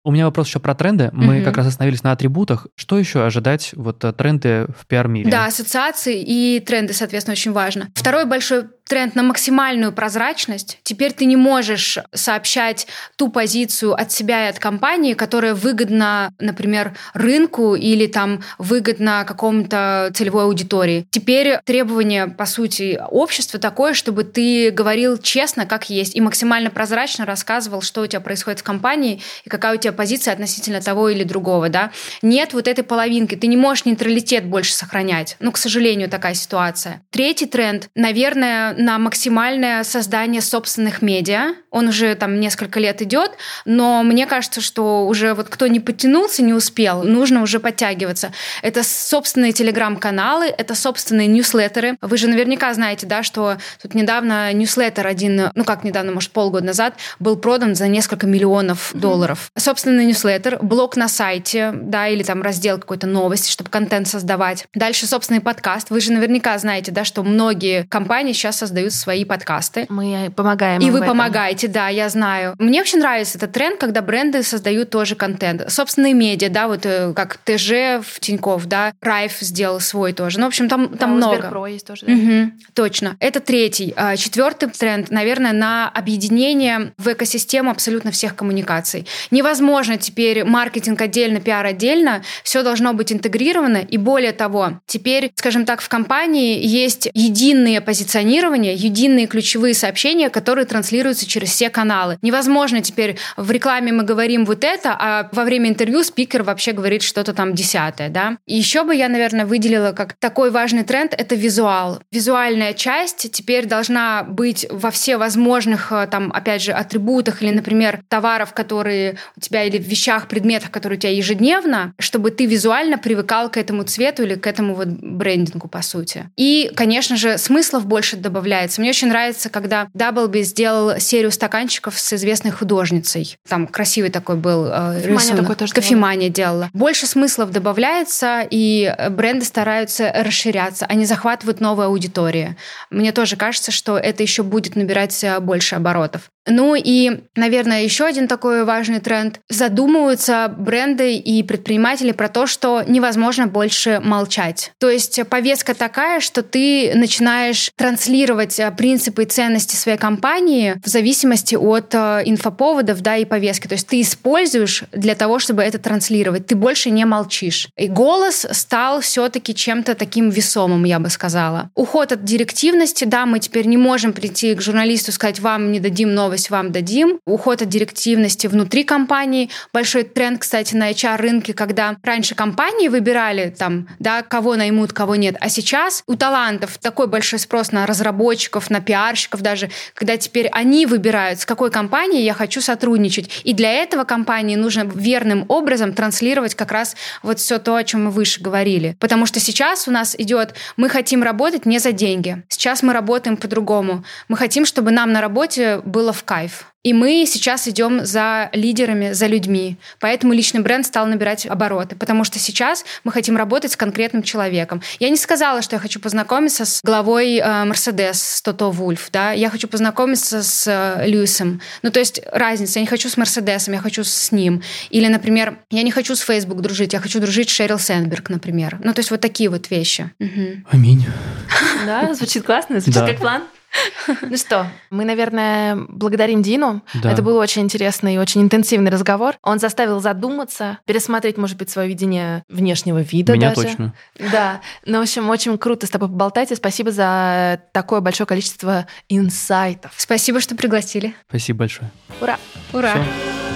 У меня вопрос еще про тренды. Мы Мгм. как раз остановились на атрибутах. Что еще ожидать вот э, тренды в пиар-мире? Да, ассоциации и тренды, соответственно, очень важно. Второй большой тренд на максимальную прозрачность. Теперь ты не можешь сообщать ту позицию от себя и от компании, которая выгодна, например, рынку или там выгодна какому-то целевой аудитории. Теперь требование, по сути, общества такое, чтобы ты говорил честно, как есть, и максимально прозрачно рассказывал, что у тебя происходит в компании и какая у тебя позиция относительно того или другого. Да? Нет вот этой половинки. Ты не можешь нейтралитет больше сохранять. Ну, к сожалению, такая ситуация. Третий тренд, наверное, на максимальное создание собственных медиа. Он уже там несколько лет идет, но мне кажется, что уже вот кто не подтянулся, не успел, нужно уже подтягиваться. Это собственные телеграм-каналы, это собственные ньюслеттеры. Вы же наверняка знаете, да, что тут недавно ньюслеттер один, ну как недавно, может, полгода назад, был продан за несколько миллионов долларов. Mm-hmm. Собственный ньюслеттер, блог на сайте, да, или там раздел какой-то новости, чтобы контент создавать. Дальше собственный подкаст. Вы же наверняка знаете, да, что многие компании сейчас создают свои подкасты. Мы помогаем. И им вы в этом. помогаете, да, я знаю. Мне очень нравится этот тренд, когда бренды создают тоже контент. Собственные медиа, да, вот э, как ТЖ в Тинькофф, да, Райф сделал свой тоже. Ну, в общем, там, Да, там у много. Сберпро есть тоже. Да? Угу, точно. Это третий. А, Четвертый тренд, наверное, на объединение в экосистему абсолютно всех коммуникаций. Невозможно теперь маркетинг отдельно, пиар отдельно. Все должно быть интегрировано. И более того, теперь, скажем так, в компании есть единое позиционирование, единые ключевые сообщения, которые транслируются через все каналы. Невозможно теперь в рекламе мы говорим вот это, а во время интервью спикер вообще говорит что-то там десятое, да. И еще бы я, наверное, выделила как такой важный тренд — это визуал. Визуальная часть теперь должна быть во всевозможных, там, опять же, атрибутах или, например, товаров, которые у тебя, или вещах, предметах, которые у тебя ежедневно, чтобы ты визуально привыкал к этому цвету или к этому вот брендингу, по сути. И, конечно же, смыслов больше добавляется. Мне очень нравится, когда Даблби сделал серию стаканчиков с известной художницей. Там красивый такой был э, рисунок. Такой тоже Кофемания делала. Больше смыслов добавляется, и бренды стараются расширяться. Они захватывают новые аудитории. Мне тоже кажется, что это еще будет набирать больше оборотов. Ну и, наверное, еще один такой важный тренд. Задумываются бренды и предприниматели про то, что невозможно больше молчать. То есть повестка такая, что ты начинаешь транслировать принципы и ценности своей компании в зависимости от инфоповодов, да, и повестки. То есть ты используешь для того, чтобы это транслировать. Ты больше не молчишь. И голос стал все-таки чем-то таким весомым, я бы сказала. Уход от директивности. Да, мы теперь не можем прийти к журналисту и сказать: вам не дадим новость, вам дадим. Уход от директивности внутри компании. Большой тренд, кстати, на эйч ар-рынке, когда раньше компании выбирали, там, да, кого наймут, кого нет. А сейчас у талантов такой большой спрос на разработчиков, на пиарщиков даже, когда теперь они выбирают, с какой компанией я хочу сотрудничать. И для этого компании нужно верным образом транслировать как раз вот все то, о чем мы выше говорили. Потому что сейчас у нас идет: мы хотим работать не за деньги. Сейчас мы работаем по-другому. Мы хотим, чтобы нам на работе было в кайф. И мы сейчас идем за лидерами, за людьми. Поэтому личный бренд стал набирать обороты. Потому что сейчас мы хотим работать с конкретным человеком. Я не сказала, что я хочу познакомиться с главой Mercedes, с Тото Вульф. Да? Я хочу познакомиться с э, Льюисом. Ну, то есть разница. Я не хочу с Мерседесом, я хочу с ним. Или, например, я не хочу с Facebook дружить, я хочу дружить с Шерил Сэндберг, например. Ну, то есть вот такие вот вещи. Угу. Аминь. Да, звучит классно, звучит Да. как план. Ну что, мы, наверное, благодарим Дину. Да. Это был очень интересный и очень интенсивный разговор. Он заставил задуматься, пересмотреть, может быть, свое видение внешнего вида Меня даже. точно. Да. Ну, в общем, очень круто с тобой поболтать. И спасибо за такое большое количество инсайтов. Спасибо, что пригласили. Спасибо большое. Ура! Ура! Всё.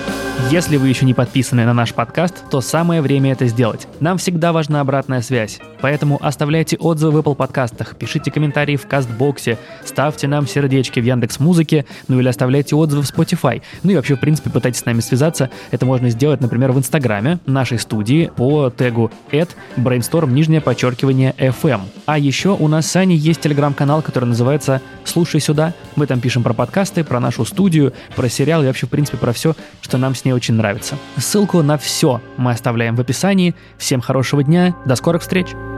Если вы еще не подписаны на наш подкаст, то самое время это сделать. Нам всегда важна обратная связь. Поэтому оставляйте отзывы в Apple подкастах, пишите комментарии в Кастбоксе, ставьте нам сердечки в Яндекс.Музыке, ну или оставляйте отзывы в Spotify. Ну и вообще, в принципе, пытайтесь с нами связаться. Это можно сделать, например, в Инстаграме нашей студии по тегу эт брейнсторм нижнее подчеркивание эф эм. А еще у нас с Аней есть телеграм-канал, который называется «Слушай сюда». Мы там пишем про подкасты, про нашу студию, про сериал и вообще, в принципе, про все, что нам с ней очень нравится. Ссылку на все мы оставляем в описании. Всем хорошего дня, до скорых встреч!